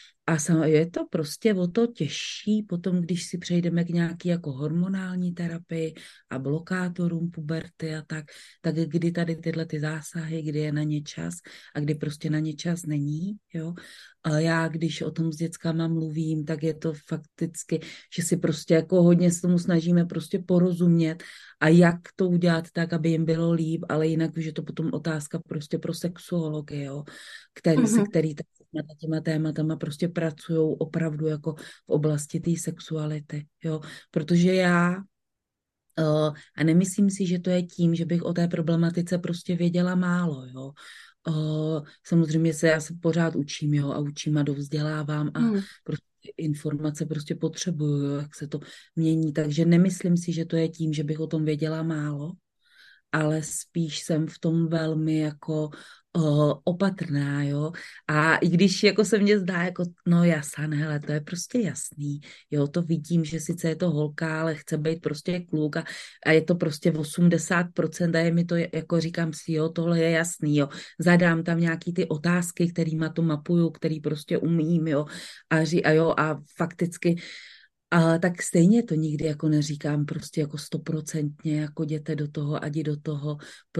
A je to prostě o to těžší potom, když si přejdeme k nějaký jako hormonální terapii a blokátorům puberty a tak, tak kdy tady tyhle ty zásahy, kdy je na ně čas a kdy prostě na ně čas není, jo. A já, když o tom s dětskama mluvím, tak je to fakticky, že si prostě jako hodně se tomu snažíme prostě porozumět a jak to udělat tak, aby jim bylo líp, ale jinak už je to potom otázka prostě pro sexuology, jo, který, se, který tak nad těma tématama prostě pracují opravdu jako v oblasti té sexuality, jo, protože já Uh, a nemyslím si, že to je tím, že bych o té problematice prostě věděla málo, jo. Uh, samozřejmě se já se pořád učím, jo, a učím a dovzdělávám a Hmm. prostě informace prostě potřebuju, jo, jak se to mění, takže nemyslím si, že to je tím, že bych o tom věděla málo, ale spíš jsem v tom velmi jako uh, opatrná, jo. A i když jako se mně zdá, jako no jasan, hele, to je prostě jasný, jo, to vidím, že sice je to holka, ale chce být prostě kluk a, a je to prostě osmdesát procent a je mi to, jako říkám si, jo, tohle je jasný, jo. Zadám tam nějaký ty otázky, kterýma to mapuju, který prostě umím, jo. A, ří, a jo, a fakticky a tak stejně to nikdy jako neříkám prostě jako stoprocentně, jako jděte do toho, ať do toho,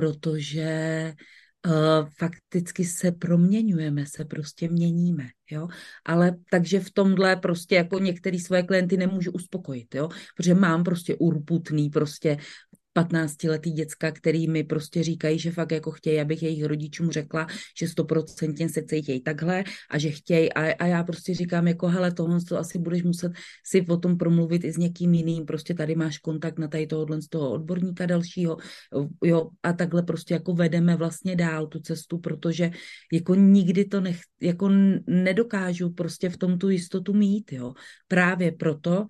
protože uh, fakticky se proměňujeme, se prostě měníme, jo. Ale takže v tomhle prostě jako některý své klienty nemůžu uspokojit, jo, protože mám prostě urputný prostě patnáctiletý děcka, který mi prostě říkají, že fakt jako chtějí, abych jejich rodičům řekla, že stoprocentně se cítějí takhle a že chtějí a, a já prostě říkám jako hele, tohle to asi budeš muset si o tom promluvit i s někým jiným, prostě tady máš kontakt na tady tohohle z toho odborníka dalšího, jo, a takhle prostě jako vedeme vlastně dál tu cestu, protože jako nikdy to nech, jako nedokážu prostě v tom tu jistotu mít, jo, právě proto.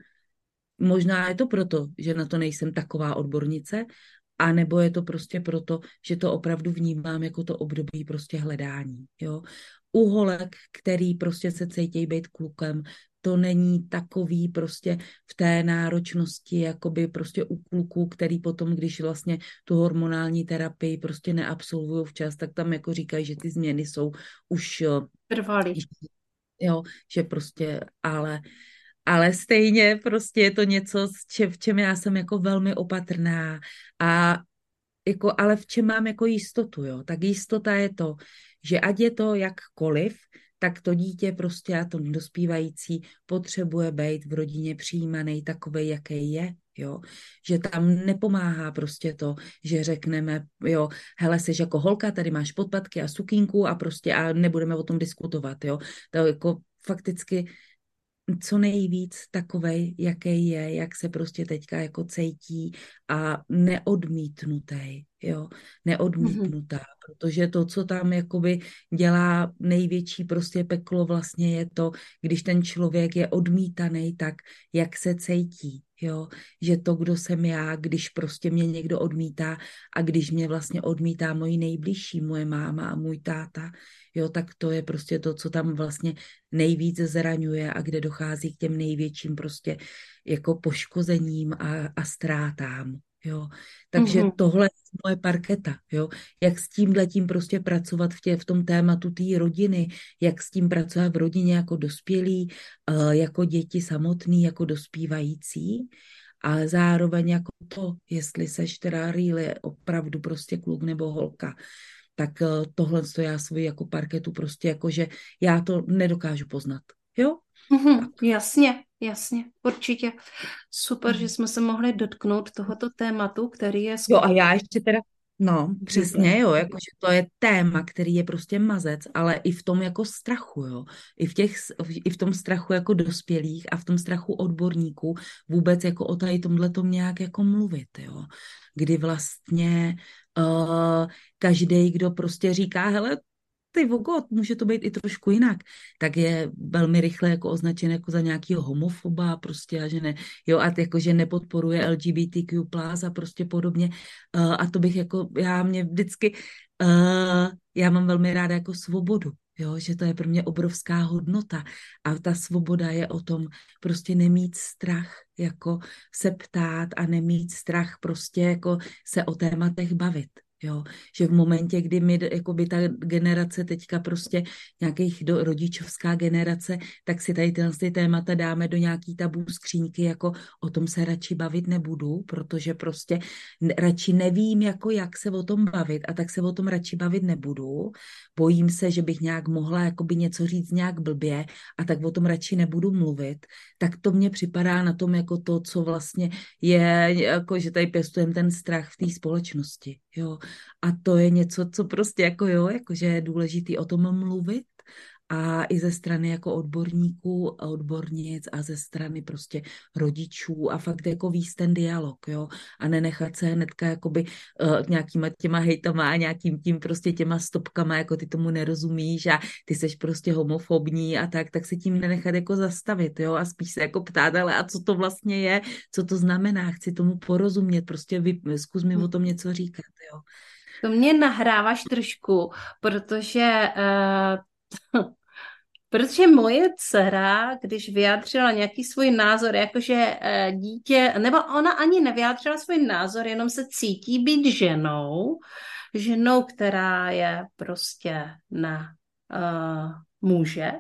Možná je to proto, že na to nejsem taková odbornice, a nebo je to prostě proto, že to opravdu vnímám jako to období prostě hledání, jo. U holek, který prostě se cítí být klukem, to není takový prostě v té náročnosti, jakoby prostě u kluků, který potom, když vlastně tu hormonální terapii prostě neabsolvují včas, tak tam jako říkají, že ty změny jsou už Trvalý. Jo, že prostě, ale ale stejně prostě je to něco, v čem já jsem jako velmi opatrná a jako, ale v čem mám jako jistotu, jo. Tak jistota je to, že ať je to jakkoliv, tak to dítě prostě a to dospívající potřebuje být v rodině přijímaný takovej, jaký je, jo. Že tam nepomáhá prostě to, že řekneme, jo, hele, jsi jako holka, tady máš podpatky a sukínku a prostě a nebudeme o tom diskutovat, jo. To jako fakticky co nejvíc takovej, jaký je, jak se prostě teďka jako cítí a neodmítnutý, jo, neodmítnutá, mm-hmm. protože to, co tam jakoby dělá největší prostě peklo vlastně je to, když ten člověk je odmítaný tak, jak se cítí, jo, že to, kdo jsem já, když prostě mě někdo odmítá a když mě vlastně odmítá moji nejbližší, moje máma a můj táta, jo, tak to je prostě to, co tam vlastně nejvíc zraňuje a kde dochází k těm největším prostě jako poškozením a, a ztrátám, jo. Takže mm-hmm. tohle je moje parketa, jo. Jak s tímhletím prostě pracovat v, tě, v tom tématu té rodiny, jak s tím pracovat v rodině jako dospělí, jako děti samotný, jako dospívající, ale zároveň jako to, jestli seš teda really opravdu prostě kluk nebo holka, tak tohle to já svoji jako parketu prostě jako, že já to nedokážu poznat, jo? Mm-hmm, jasně, jasně, určitě. Super, mm. že jsme se mohli dotknout tohoto tématu, který je... Jo a já ještě teda, no přesně, jo, jakože to je téma, který je prostě mazec, ale i v tom jako strachu, jo, i v, těch, i v tom strachu jako dospělých a v tom strachu odborníků vůbec jako o tady tomhletom nějak jako mluvit, jo, kdy vlastně uh, každý, kdo prostě říká, hele, ty vogo, může to být i trošku jinak, tak je velmi rychle jako označen jako za nějakýho homofoba prostě a že ne, jo, a jako, že nepodporuje L G B T Q plus a prostě podobně uh, a to bych jako, já mě vždycky, uh, já mám velmi ráda jako svobodu, jo, že to je pro mě obrovská hodnota a ta svoboda je o tom prostě nemít strach, jako se ptát a nemít strach prostě jako se o tématech bavit. Jo, že v momentě, kdy my, jakoby ta generace teďka prostě nějakých do, rodičovská generace, tak si tady tyhle ty témata dáme do nějaký tabu skříňky, jako o tom se radši bavit nebudu, protože prostě radši nevím, jako jak se o tom bavit a tak se o tom radši bavit nebudu. Bojím se, že bych nějak mohla jakoby něco říct nějak blbě a tak o tom radši nebudu mluvit. Tak to mně připadá na tom jako to, co vlastně je, jako že tady pěstujeme ten strach v té společnosti, jo. A to je něco, co prostě jako jo, jakože je důležitý o tom mluvit a i ze strany jako odborníků a odbornic a ze strany prostě rodičů a fakt jako víc ten dialog, jo, a nenechat se hnedka jakoby uh, nějakýma těma hejtama a nějakým tím prostě těma stopkama, jako ty tomu nerozumíš a ty seš prostě homofobní a tak, tak se tím nenechat jako zastavit, jo, a spíš se jako ptát, ale a co to vlastně je, co to znamená, chci tomu porozumět, prostě vy, zkus mi o tom něco říkat, jo. To mě nahráváš trošku, protože uh, protože moje dcera, když vyjádřila nějaký svůj názor, jakože uh, dítě, nebo ona ani nevyjádřila svůj názor, jenom se cítí být ženou, ženou, která je prostě na uh, muže.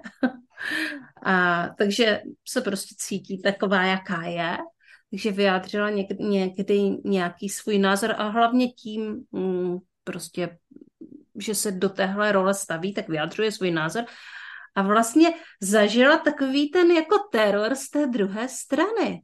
A takže se prostě cítí taková, jaká je. Takže vyjádřila někdy, někdy nějaký svůj názor a hlavně tím mm, prostě, že se do téhle role staví, tak vyjadřuje svůj názor. A vlastně zažila takový ten jako teror z té druhé strany.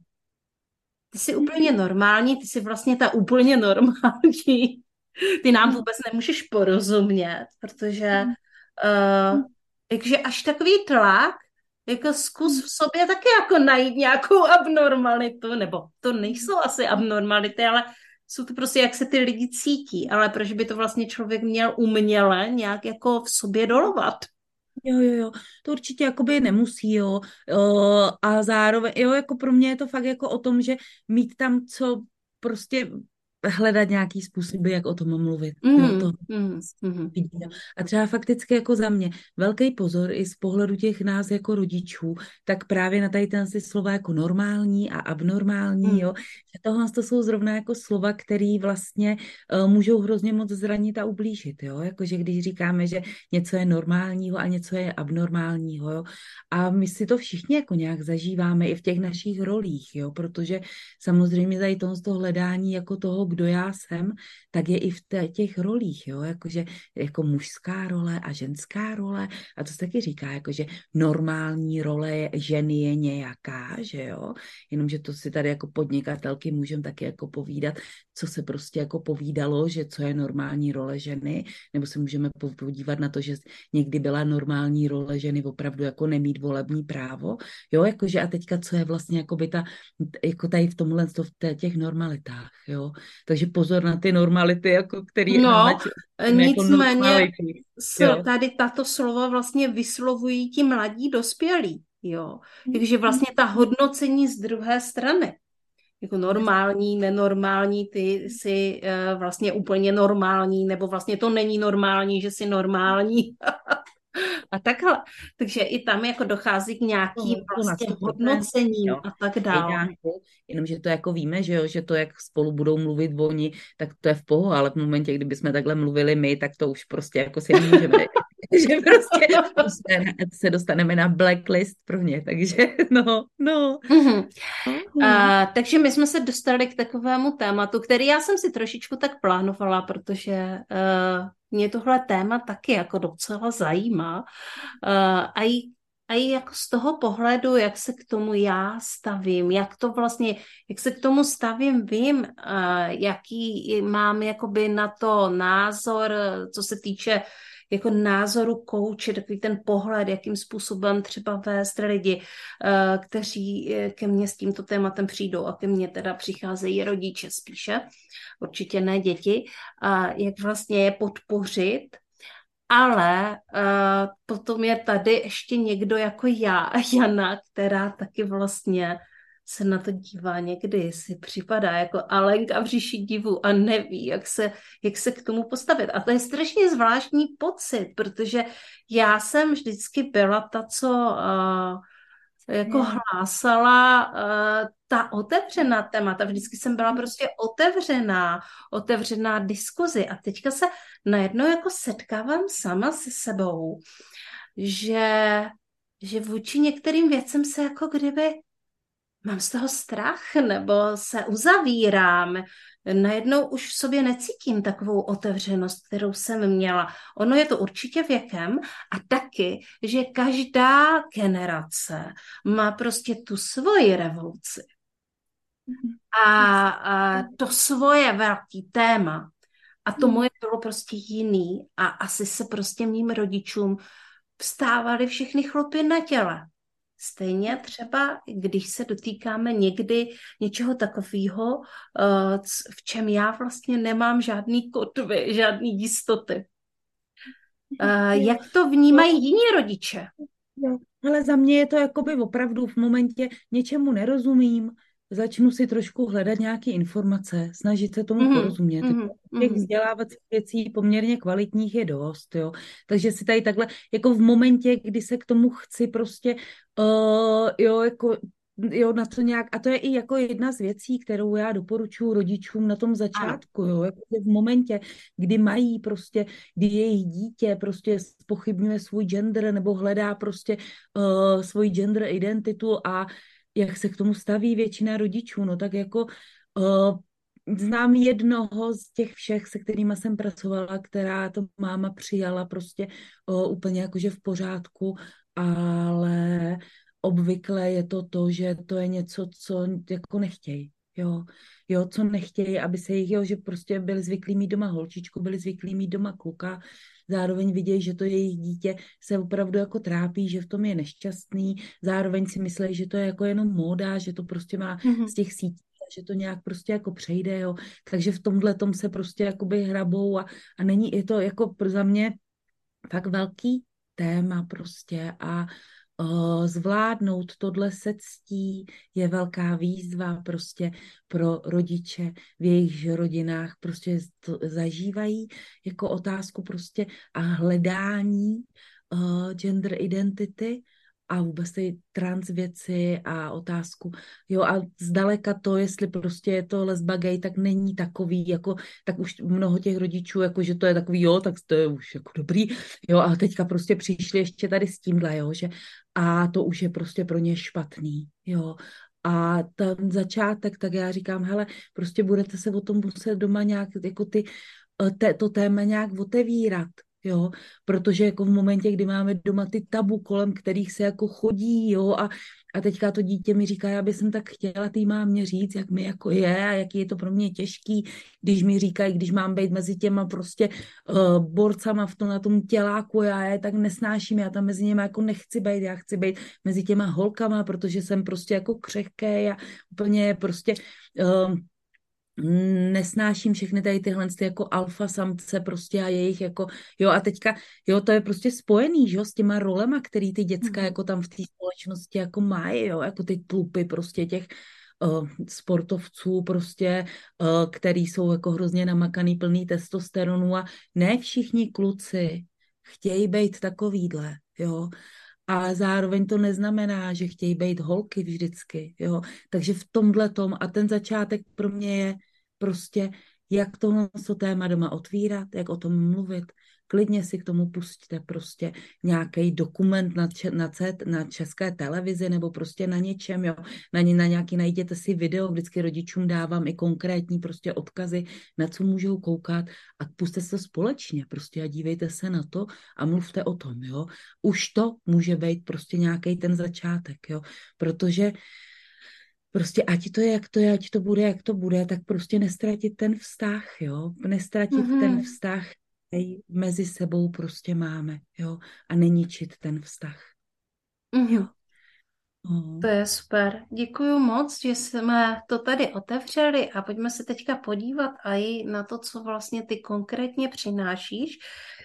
Ty jsi úplně normální, ty jsi vlastně ta úplně normální. Ty nám vůbec nemůžeš porozumět, protože uh, takže až takový tlak, jako zkus v sobě taky jako najít nějakou abnormalitu, nebo to nejsou asi abnormality, ale jsou to prostě, jak se ty lidi cítí, ale proč by to vlastně člověk měl uměle nějak jako v sobě dolovat? Jo, jo, jo, to určitě jakoby nemusí, jo, jo, a zároveň, jo, jako pro mě je to fakt jako o tom, že mít tam co prostě hledat nějaký způsoby, jak o tom mluvit. Mm, Jo, to mm, mm. A třeba fakticky jako za mě velký pozor i z pohledu těch nás jako rodičů, tak právě na tady ten si slova jako normální a abnormální, Mm. jo, že tohle to jsou zrovna jako slova, které vlastně uh, můžou hrozně moc zranit a ublížit, jo, jakože když říkáme, že něco je normálního a něco je abnormálního, jo, a my si to všichni jako nějak zažíváme i v těch našich rolích, jo, protože samozřejmě tady tohle to hledání jako toho, kdo já jsem, tak je i v těch rolích, jo, jakože jako mužská role a ženská role a to se taky říká, jakože normální role ženy je nějaká, že jo, jenomže to si tady jako podnikatelky můžeme taky jako povídat, co se prostě jako povídalo, že co je normální role ženy, nebo se můžeme podívat na to, že někdy byla normální role ženy opravdu jako nemít volební právo, jo, jakože a teďka co je vlastně jako by ta, jako tady v tomhle, v těch normalitách, jo, takže pozor na ty normality, jako který No, naznačují nicméně jako s, tady tato slova vlastně vyslovují ti mladí dospělí, jo. Takže vlastně ta hodnocení z druhé strany, jako normální, nenormální, ty jsi uh, vlastně úplně normální, nebo vlastně to není normální, že jsi normální. A takhle. Takže i tam jako dochází k nějakým vlastně hodnocením a tak dále. Jenomže to jako víme, že jo, že to, jak spolu budou mluvit oni, tak to je v pohodě, ale v momentě, kdyby jsme takhle mluvili my, tak to už prostě jako si nemůžeme. Že prostě se dostaneme na blacklist pro ně, takže no, no. Mm-hmm. Uh, takže my jsme se dostali k takovému tématu, který já jsem si trošičku tak plánovala, protože uh, mě tohle téma taky jako docela zajímá. Uh, a i a i jako z toho pohledu, jak se k tomu já stavím, jak to vlastně, jak se k tomu stavím, vím, uh, jaký mám jakoby na to názor, co se týče jako názoru kouče, takový ten pohled, jakým způsobem třeba vést lidi, kteří ke mně s tímto tématem přijdou a ke mně teda přicházejí rodiče spíše, určitě ne děti, jak vlastně je podpořit, ale potom je tady ještě někdo jako já, Jana, která taky vlastně se na to dívá někdy, si připadá jako Alenka v říši divu a neví, jak se, jak se k tomu postavit. A to je strašně zvláštní pocit, protože já jsem vždycky byla ta, co uh, jako yeah. hlásala uh, ta otevřená témata. Vždycky jsem byla prostě otevřená, otevřená diskuzi. A teďka se najednou jako setkávám sama se sebou, že, že vůči některým věcem se jako kdyby mám z toho strach, nebo se uzavírám. Najednou už v sobě necítím takovou otevřenost, kterou jsem měla. Ono je to určitě věkem a taky, že každá generace má prostě tu svoji revoluci. A, a to svoje velký téma. A to moje bylo prostě jiný a asi se prostě mým rodičům vstávaly všechny chlupy na těle. Stejně třeba, když se dotýkáme někdy něčeho takového, v čem já vlastně nemám žádný kotvy, žádný jistoty. Jak to vnímají jiní rodiče? Jo, ale za mě je to jakoby opravdu v momentě něčemu nerozumím, začnu si trošku hledat nějaké informace, snažit se tomu mm-hmm, porozumět. Mm-hmm, Těch vzdělávacích věcí poměrně kvalitních je dost, jo. Takže si tady takhle, jako v momentě, kdy se k tomu chci prostě, uh, jo, jako jo, na to nějak, a to je i jako jedna z věcí, kterou já doporučuji rodičům na tom začátku, jo, jako v momentě, kdy mají prostě, kdy jejich dítě prostě zpochybňuje svůj gender nebo hledá prostě uh, svůj gender identitu a jak se k tomu staví většina rodičů, no tak jako uh, znám jednoho z těch všech, se kterými jsem pracovala, která to máma přijala prostě uh, úplně jakože v pořádku, ale obvykle je to to, že to je něco, co jako nechtějí. Jo, jo, co nechtějí, aby se jich, jo, že prostě byli zvyklí mít doma holčičku, byli zvyklí mít doma kluka, zároveň vidějí, že to jejich dítě se opravdu jako trápí, že v tom je nešťastný, zároveň si myslí, že to je jako jenom móda, že to prostě má mm-hmm. z těch sítí, že to nějak prostě jako přejde, jo, takže v tomhle tom se prostě jakoby hrabou a, a není, je to jako za mě fakt velký téma prostě a O, zvládnout tohle se ctí je velká výzva prostě pro rodiče v jejich rodinách, prostě to zažívají jako otázku prostě a hledání uh, gender identity a vůbec ty trans věci a otázku, jo a zdaleka to, jestli prostě je to lesba gay, tak není takový, jako, tak už mnoho těch rodičů, jako že to je takový, jo, tak to je už jako dobrý, jo a teďka prostě přišli ještě tady s tímhle, jo, že a to už je prostě pro ně špatný, jo. A ten začátek, tak já říkám, hele, prostě budete se o tom muset doma nějak, jako ty, te, to téma nějak otevírat, jo, protože jako v momentě, kdy máme doma ty tabu, kolem kterých se jako chodí, jo, a, a teďka to dítě mi říká, já bych tak chtěla tý mámě říct, jak mi jako je a jaký je to pro mě těžký, když mi říkají, když mám být mezi těma prostě uh, borcama v tom, na tom těláku, já je tak nesnáším, já tam mezi něma jako nechci být, já chci být mezi těma holkama, protože jsem prostě jako křehké a úplně prostě uh, nesnáším všechny tady tyhle ty jako alfa samce prostě a jejich jako, jo a teďka, jo to je prostě spojený, jo, s těma rolema, který ty děcka jako tam v té společnosti jako mají, jo, jako ty tlupy prostě těch uh, sportovců prostě, uh, který jsou jako hrozně namakaný, plný testosteronu a ne všichni kluci chtějí být takovýhle, jo, a zároveň to neznamená, že chtějí být holky vždycky, jo. Takže v tomhletom a ten začátek pro mě je prostě, jak tohle téma doma otvírat, jak o tom mluvit. Klidně si k tomu pustíte prostě nějaký dokument na, če, na, cet, na české televizi nebo prostě na něčem, jo. Na, na nějaký najděte si video, vždycky rodičům dávám i konkrétní prostě odkazy, na co můžou koukat a puste se společně prostě a dívejte se na to a mluvte o tom, jo. Už to může být prostě nějaký ten začátek, jo, protože prostě ať to je, jak to je, ať to bude, jak to bude, tak prostě nestratit ten vztah, jo, nestratit mm-hmm. ten vztah, který mezi sebou prostě máme, jo, a neničit ten vztah. Mm-hmm. Jo. Oh. To je super. Děkuju moc, že jsme to tady otevřeli a pojďme se teďka podívat i na to, co vlastně ty konkrétně přinášíš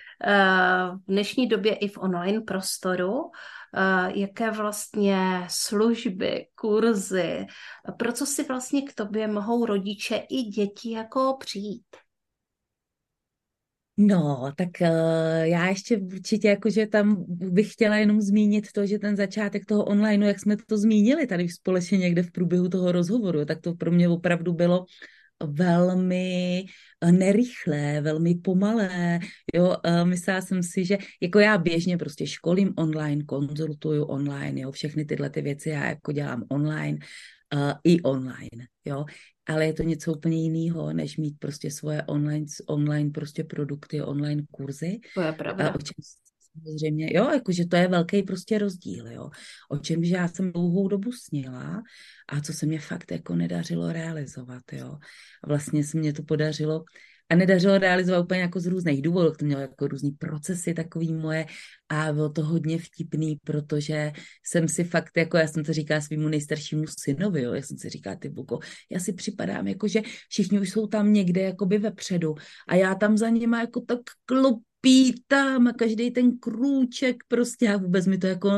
v dnešní době i v online prostoru, jaké vlastně služby, kurzy, pro co si vlastně k tobě mohou rodiče i děti jako přijít? No, tak uh, já ještě určitě jakože tam bych chtěla jenom zmínit to, že ten začátek toho online, jak jsme to zmínili tady společně někde v průběhu toho rozhovoru, tak to pro mě opravdu bylo velmi nerychlé, velmi pomalé, jo, myslela jsem si, že jako já běžně prostě školím online, konzultuju online, jo, všechny tyhle ty věci já jako dělám online, uh, i online, jo, ale je to něco úplně jiného, než mít prostě svoje online, online prostě produkty, online kurzy. To je pravda. Uh, samozřejmě, jo, jakože to je velký prostě rozdíl, jo, o čemž já jsem dlouhou dobu snila a co se mě fakt jako nedařilo realizovat, jo. A vlastně se mě to podařilo a nedařilo realizovat úplně jako z různých důvodů, to mělo jako různý procesy takový moje a bylo to hodně vtipný, protože jsem si fakt, jako já jsem to říkala svýmu nejstaršímu synovi, jo, já jsem si říkala, ty Buko, já si připadám, jako že všichni už jsou tam někde jakoby vepředu a já tam za nima jako tak klopítám a každý ten krůček prostě a vůbec mi to jako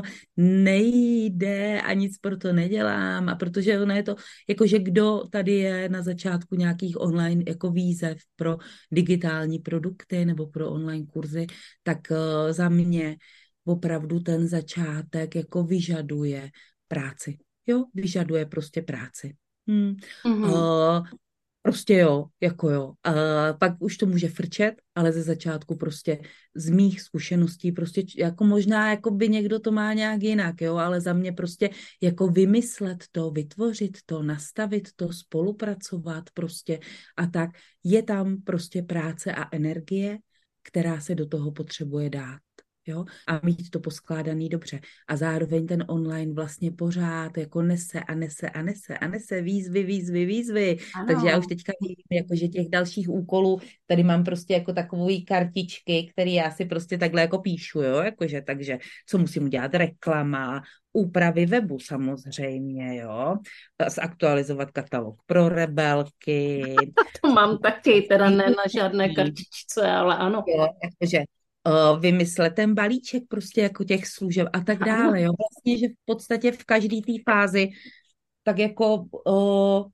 nejde a nic pro to nedělám a protože ono je to, jakože kdo tady je na začátku nějakých online jako výzev pro digitální produkty nebo pro online kurzy, tak uh, za mě opravdu ten začátek jako vyžaduje práci. Jo, vyžaduje prostě práci. Hmm. Mm-hmm. Uh, prostě jo, jako jo. Uh, pak už to může frčet, ale ze začátku prostě z mých zkušeností prostě jako možná jako by někdo to má nějak jinak, jo, ale za mě prostě jako vymyslet to, vytvořit to, nastavit to, spolupracovat prostě a tak je tam prostě práce a energie, která se do toho potřebuje dát. Jo? A mít to poskládaný dobře. A zároveň ten online vlastně pořád jako nese a nese a nese a nese výzvy, výzvy, výzvy. Ano. Takže já už teďka vím, jako, že těch dalších úkolů, tady mám prostě jako takové kartičky, které já si prostě takhle jako píšu, jo? Jakože, takže co musím udělat? Reklama, úpravy webu samozřejmě, jo? Zaktualizovat katalog pro rebelky. To mám taky, teda ne na žádné kartičce, ale ano. Jo, jakože uh, vymyslet ten balíček prostě jako těch služeb a tak dále, jo. Vlastně, že v podstatě v každé té fázi tak jako uh,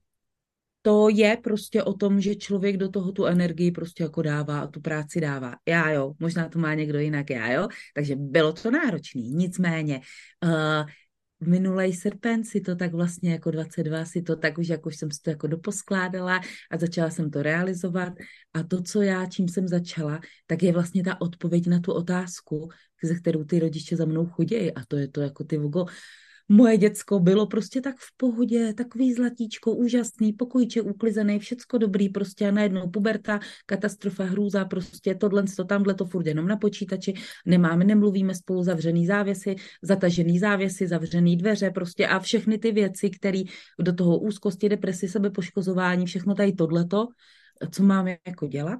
to je prostě o tom, že člověk do toho tu energii prostě jako dává a tu práci dává. Já jo, možná to má někdo jinak, já jo. Takže bylo to náročný, nicméně uh, v minulej srpen si to tak vlastně jako dvacet dva si to tak už jako už jsem si to jako doposkládala a začala jsem to realizovat a to, co já, čím jsem začala, tak je vlastně ta odpověď na tu otázku, ze kterou ty rodiče za mnou chodí a to je to jako ty vogo, moje děcko bylo prostě tak v pohodě, takový zlatíčko, úžasný, pokojíček uklizený, všecko dobrý, prostě a najednou puberta, katastrofa, hrůza, prostě tohle, to tamhle, to furt jenom na počítači, nemáme, nemluvíme spolu, zavřený závěsy, zatažený závěsy, zavřený dveře, prostě a všechny ty věci, které do toho úzkosti, depresi, sebepoškozování, všechno tady tohleto, co máme jako dělat.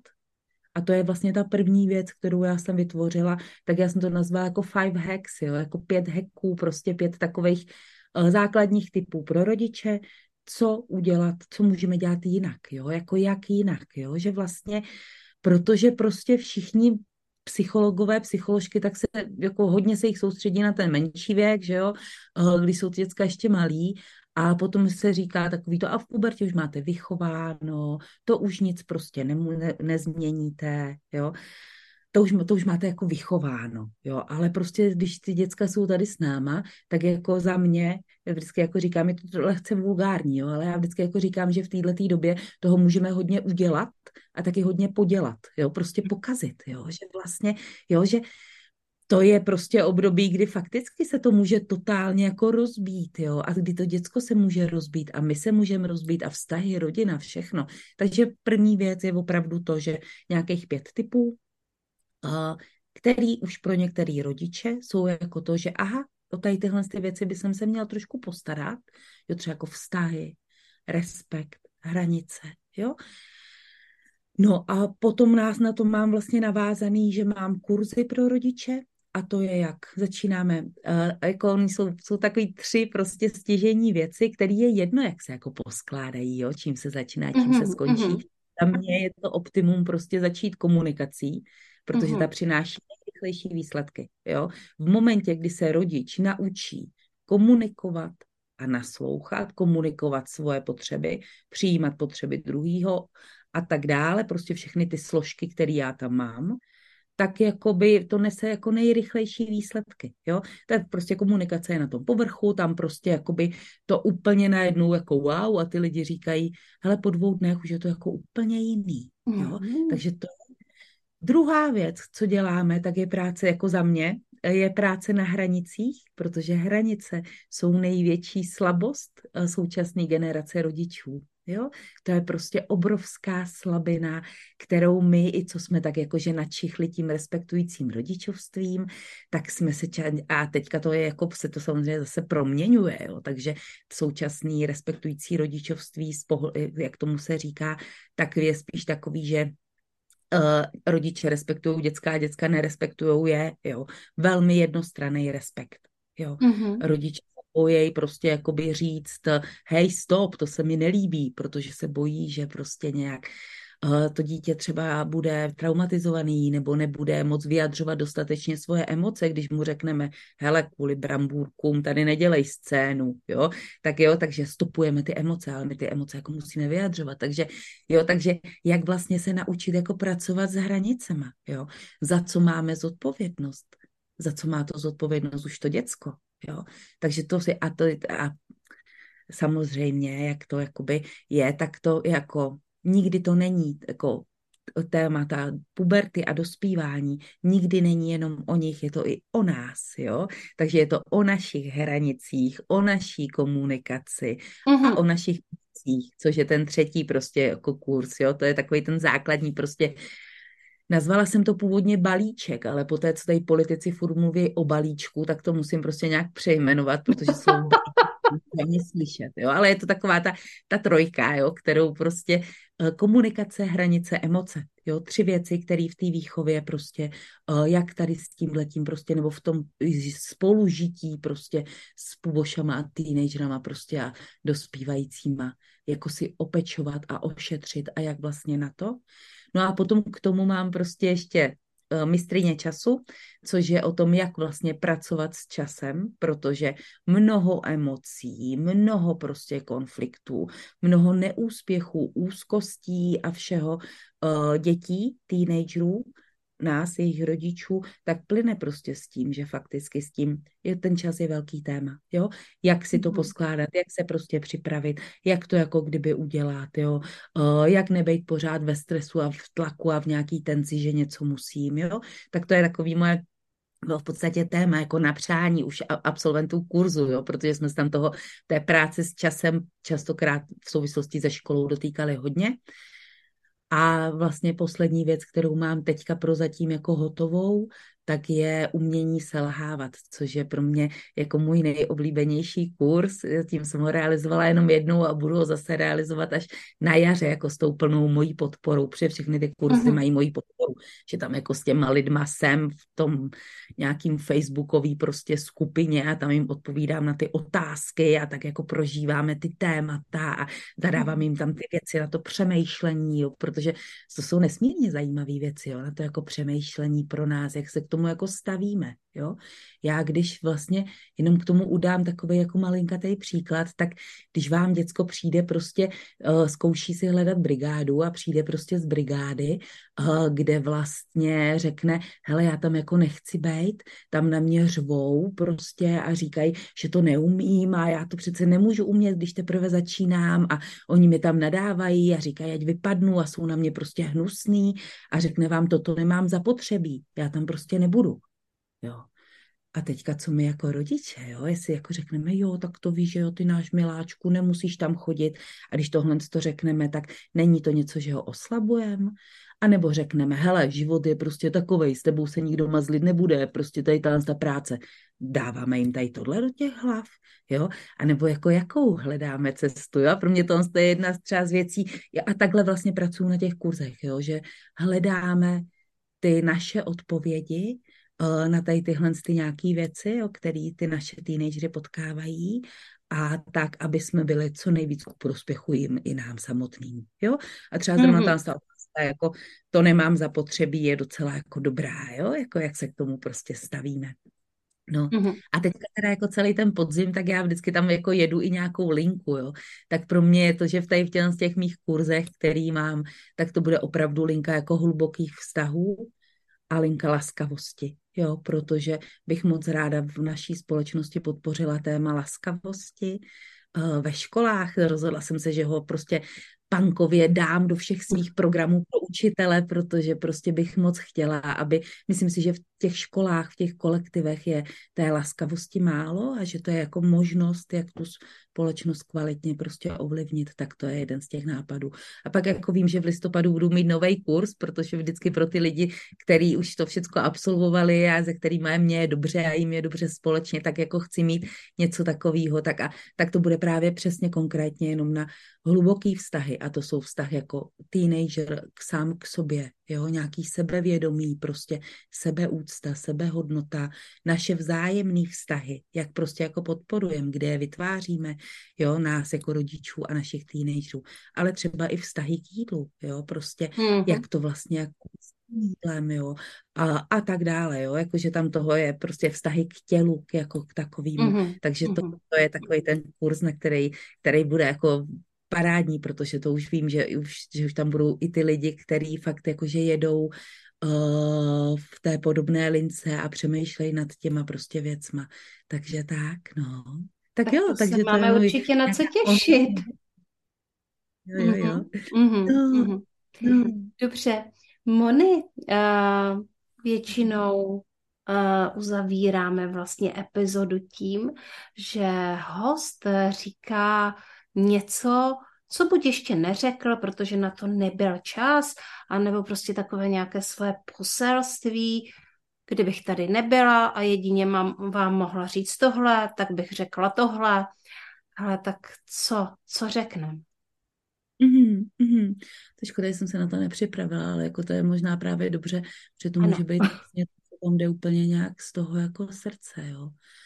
A to je vlastně ta první věc, kterou já jsem vytvořila, tak já jsem to nazvala jako five hacks, jo, jako pět hacků, prostě pět takových uh, základních typů pro rodiče, co udělat, co můžeme dělat jinak, jo, jako jak jinak, jo, že vlastně, protože prostě všichni psychologové, psycholožky, tak se jako hodně se jich soustředí na ten menší věk, že jo, uh, když jsou ty děcka ještě malí, a potom se říká takový to, a v pubertě už máte vychováno, to už nic prostě nemu, ne, nezměníte, jo. To už, to už máte jako vychováno, jo. Ale prostě, když ty děcka jsou tady s náma, tak jako za mě, já vždycky jako říkám, je to lehce vulgární, jo, ale já vždycky jako říkám, že v této době toho můžeme hodně udělat a taky hodně podělat, jo, prostě pokazit, jo, že vlastně, jo, že to je prostě období, kdy fakticky se to může totálně jako rozbít, jo, a kdy to děcko se může rozbít a my se můžeme rozbít a vztahy, rodina, všechno. Takže první věc je opravdu to, že nějakých pět typů, který už pro některý rodiče jsou jako to, že aha, o tady tyhle ty věci by jsem se měl trošku postarat, jo, třeba jako vztahy, respekt, hranice, jo. No a potom nás na to mám vlastně navázaný, že mám kurzy pro rodiče, a to je jak začínáme, uh, jako oni jsou, jsou takový tři prostě stěžejní věci, které je jedno, jak se jako poskládají, jo, čím se začíná, čím mm-hmm, se skončí. Mm-hmm. Za mě je to optimum prostě začít komunikací, protože mm-hmm. ta přináší nejrychlejší výsledky, jo. V momentě, kdy se rodič naučí komunikovat a naslouchat, komunikovat svoje potřeby, přijímat potřeby druhýho a tak dále, prostě všechny ty složky, které já tam mám, tak jakoby to nese jako nejrychlejší výsledky, jo. Tak prostě komunikace je na tom povrchu, tam prostě jakoby to úplně najednou jako wow a ty lidi říkají, hele, po dvou dnech už je to jako úplně jiný, jo. Mm. Takže to druhá věc, co děláme, tak je práce jako za mě, je práce na hranicích, protože hranice jsou největší slabost současné generace rodičů. Jo? To je prostě obrovská slabina, kterou my, i co jsme tak jakože načichli tím respektujícím rodičovstvím, tak jsme se, ča- a teďka to je jako, se to samozřejmě zase proměňuje, jo? Takže současný respektující rodičovství, jak tomu se říká, tak je spíš takový, že Uh, rodiče respektují děcka a děcka nerespektují je, jo. Velmi jednostranný respekt, jo. Mm-hmm. Rodiče se bojí prostě jakoby říct, hej, stop, to se mi nelíbí, protože se bojí, že prostě nějak uh, to dítě třeba bude traumatizovaný nebo nebude moc vyjadřovat dostatečně svoje emoce, když mu řekneme, hele, kvůli brambůrkům tady nedělej scénu, jo, tak jo, takže stopujeme ty emoce, ale my ty emoce jako musíme vyjadřovat, takže jo, takže jak vlastně se naučit jako pracovat s hranicema, jo, za co máme zodpovědnost, za co má to zodpovědnost už to děcko, jo, takže to si, a to, a samozřejmě, jak to jakoby je, tak to jako nikdy to není jako témata puberty a dospívání, nikdy není jenom o nich, je to i o nás, jo, takže je to o našich hranicích, o naší komunikaci Mm-hmm. a o našich věcích, což je ten třetí prostě jako kurz, jo, to je takový ten základní prostě. Nazvala jsem to původně balíček, ale poté, co tady politici furt mluví o balíčku, tak to musím prostě nějak přejmenovat, protože jsou balíčky slyšet, jo, ale je to taková ta, ta trojka, jo, kterou prostě komunikace, hranice, emoce, jo, tři věci, které v té výchově prostě, jak tady s tímhletím prostě, nebo v tom spolužití prostě s pubošama a teenagerama prostě a dospívajícíma, jako si opečovat a ošetřit a jak vlastně na to. No a potom k tomu mám prostě ještě mistryně času, což je o tom, jak vlastně pracovat s časem, protože mnoho emocí, mnoho prostě konfliktů, mnoho neúspěchů, úzkostí a všeho dětí, teenagerů, nás, jejich rodičů, tak plyne prostě s tím, že fakticky s tím je ten čas je velký téma, jo, jak si to poskládat, jak se prostě připravit, jak to jako kdyby udělat, jo, uh, jak nebejt pořád ve stresu a v tlaku a v nějaký tenzi, že něco musím, jo, tak to je takový moje bylo v podstatě téma jako na přání už absolventů kurzu, jo, protože jsme se tam toho té práce s časem častokrát v souvislosti se školou dotýkali hodně. A vlastně poslední věc, kterou mám teďka prozatím jako hotovou, tak je umění selhávat, což je pro mě jako můj nejoblíbenější kurz. Tím jsem ho realizovala jenom jednou a budu ho zase realizovat až na jaře, jako s tou plnou mojí podporou, protože všechny ty kurzy uh-huh. mají moji podporu, že tam jako s těma lidma jsem v tom nějakým facebookový prostě skupině a tam jim odpovídám na ty otázky a tak jako prožíváme ty témata a zadávám jim tam ty věci na to přemýšlení, jo, protože to jsou nesmírně zajímavé věci, jo, na to jako přemýšlení pro nás, jak se k tomu jako stavíme, jo. Já když vlastně jenom k tomu udám takový jako malinkatý příklad, tak když vám děcko přijde prostě, uh, zkouší si hledat brigádu a přijde prostě z brigády, uh, kde vlastně řekne, hele, já tam jako nechci bejt, tam na mě řvou prostě a říkají, že to neumím a já to přece nemůžu umět, když teprve začínám a oni mi tam nadávají a říkají, ať vypadnu a jsou na mě prostě hnusný a řekne vám, toto nemám zapotřebí, já tam prostě nebudu, jo. A teďka, co my jako rodiče, jo, jestli jako řekneme, jo, tak to víš, že jo, ty náš miláčku, nemusíš tam chodit a když tohle to řekneme, tak není to něco, že ho oslabujeme, a nebo řekneme, hele, život je prostě takovej, s tebou se nikdo mazlit nebude, prostě tady ta práce. Dáváme jim tady tohle do těch hlav, jo, a nebo jako jakou hledáme cestu, jo, pro mě to je jedna z třeba z věcí, a takhle vlastně pracuji na těch kurzech, jo, že hledáme ty naše odpovědi na tady tyhle ty nějaké věci, o které ty naše teenagery potkávají a tak, aby jsme byli co nejvíc k prospěchu jim i nám samotným, jo. A třeba zrovna tam ta otázka, jako to nemám zapotřebí, je docela jako dobrá, jo, jako jak se k tomu prostě stavíme. No mm-hmm. a teďka teda jako celý ten podzim, tak já vždycky tam jako jedu i nějakou linku, jo. Tak pro mě je to, že v tady v těch, těch mých kurzech, který mám, tak to bude opravdu linka jako hlubokých vztahů a linka laskavosti, jo, protože bych moc ráda v naší společnosti podpořila téma laskavosti ve školách. Rozhodla jsem se, že ho prostě punkově dám do všech svých programů pro učitele, protože prostě bych moc chtěla, aby, myslím si, že v těch školách, v těch kolektivech je té laskavosti málo a že to je jako možnost, jak tu společnost kvalitně prostě ovlivnit, tak to je jeden z těch nápadů. A pak jako vím, že v listopadu budu mít nový kurz, protože vždycky pro ty lidi, kteří už to všechno absolvovali a ze kterými mě je dobře a jim je dobře společně, tak jako chci mít něco takového, tak a tak to bude právě přesně konkrétně jenom na hluboký vztahy a to jsou vztahy jako teenager k sám k sobě, jo, nějaký sebevědomí, prostě sebeúcta, sebehodnota, naše vzájemné vztahy, jak prostě jako podporujeme, kde je vytváříme, jo, nás jako rodičů a našich teenagerů, ale třeba i vztahy k jídlu, jo, prostě Mm-hmm. jak to vlastně jako jídlem, jo, a, a tak dále, jo, jakože tam toho je prostě vztahy k tělu, jako k takovému, Mm-hmm. takže to, to je takový ten kurz, na který, který bude jako parádní, protože to už vím, že už, že už tam budou i ty lidi, kteří fakt jakože jedou uh, v té podobné lince a přemýšlejí nad těma prostě věcma, takže tak, no. Tak, tak jo, to takže se to máme je můj... určitě na co těšit. Jo, jo, jo. Mm-hmm. No, Mm-hmm. no. Dobře. Moni, uh, většinou uh, uzavíráme vlastně epizodu tím, že host říká něco, co buď ještě neřekl, protože na to nebyl čas, anebo prostě takové nějaké své poselství. Kdybych tady nebyla a jedině mám, vám mohla říct tohle, tak bych řekla tohle. Ale tak co, co řekneme? Mm-hmm, mm-hmm. To škoda, že jsem se na to nepřipravila, ale jako to je možná právě dobře, protože to Ano. může být vlastně, co tam jde úplně nějak z toho jako srdce, jo.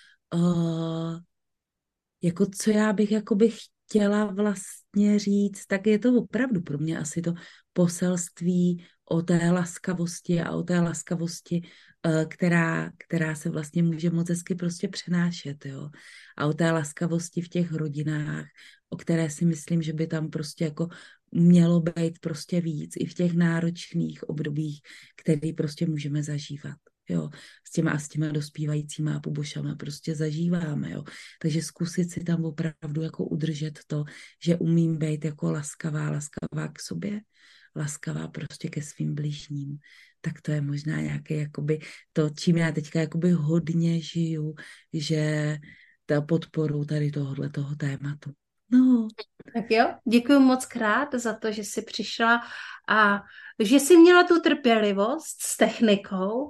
Uh, jako co já bych jakoby chtěla vlastně říct, tak je to opravdu pro mě asi to poselství o té laskavosti a o té laskavosti, uh, která, která se vlastně může moc hezky prostě přenášet, jo. A o té laskavosti v těch rodinách, o které si myslím, že by tam prostě jako mělo být prostě víc i v těch náročných obdobích, které prostě můžeme zažívat. Jo, s těma a s těma dospívajícíma pobošama prostě zažíváme, jo. Takže zkusit si tam opravdu jako udržet to, že umím být jako laskavá, laskavá k sobě, laskavá prostě ke svým bližním. Tak to je možná nějaké jakoby to, čím já teďka jakoby hodně žiju, že ta podporu tady tohohle toho tématu. No. Tak jo, děkuji moc krát za to, že jsi přišla a že jsi měla tu trpělivost s technikou.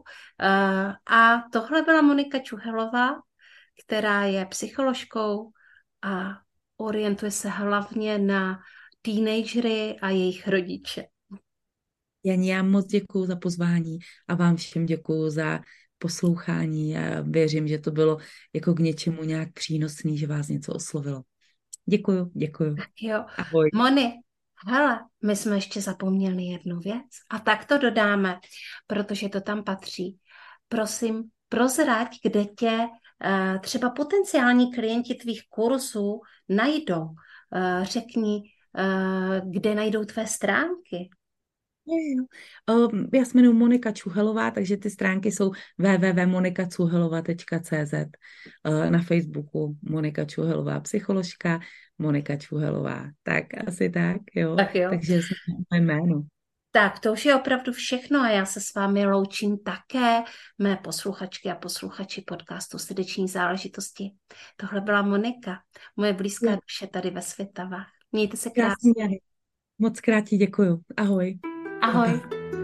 A tohle byla Monika Čuhelová, která je psycholožkou a orientuje se hlavně na teenagery a jejich rodiče. Jani, já moc děkuju za pozvání a vám všem děkuju za poslouchání a věřím, že to bylo jako k něčemu nějak přínosný, že vás něco oslovilo. Děkuju, děkuju. Tak jo. Ahoj. Moni, hele, my jsme ještě zapomněli jednu věc a tak to dodáme, protože to tam patří. Prosím, prozrať, kde tě uh, třeba potenciální klienti tvých kurzů najdou. Uh, řekni, uh, kde najdou tvé stránky. Um, já se jmenuji Monika Čuhelová, takže ty stránky jsou w w w tečka monika cuhelova tečka c z. Uh, na Facebooku Monika Čuhelová psycholožka, Monika Čuhelová. Tak asi tak, jo. Tak jo. Takže jsem moje jméno. Tak, to už je opravdu všechno a já se s vámi loučím také, mé posluchačky a posluchači podcastu Srdeční záležitosti. Tohle byla Monika, moje blízká Jo. duše tady ve Svitavách. Mějte se krásně. Moc krát ti děkuju. Ahoj. Ahoj. Papa.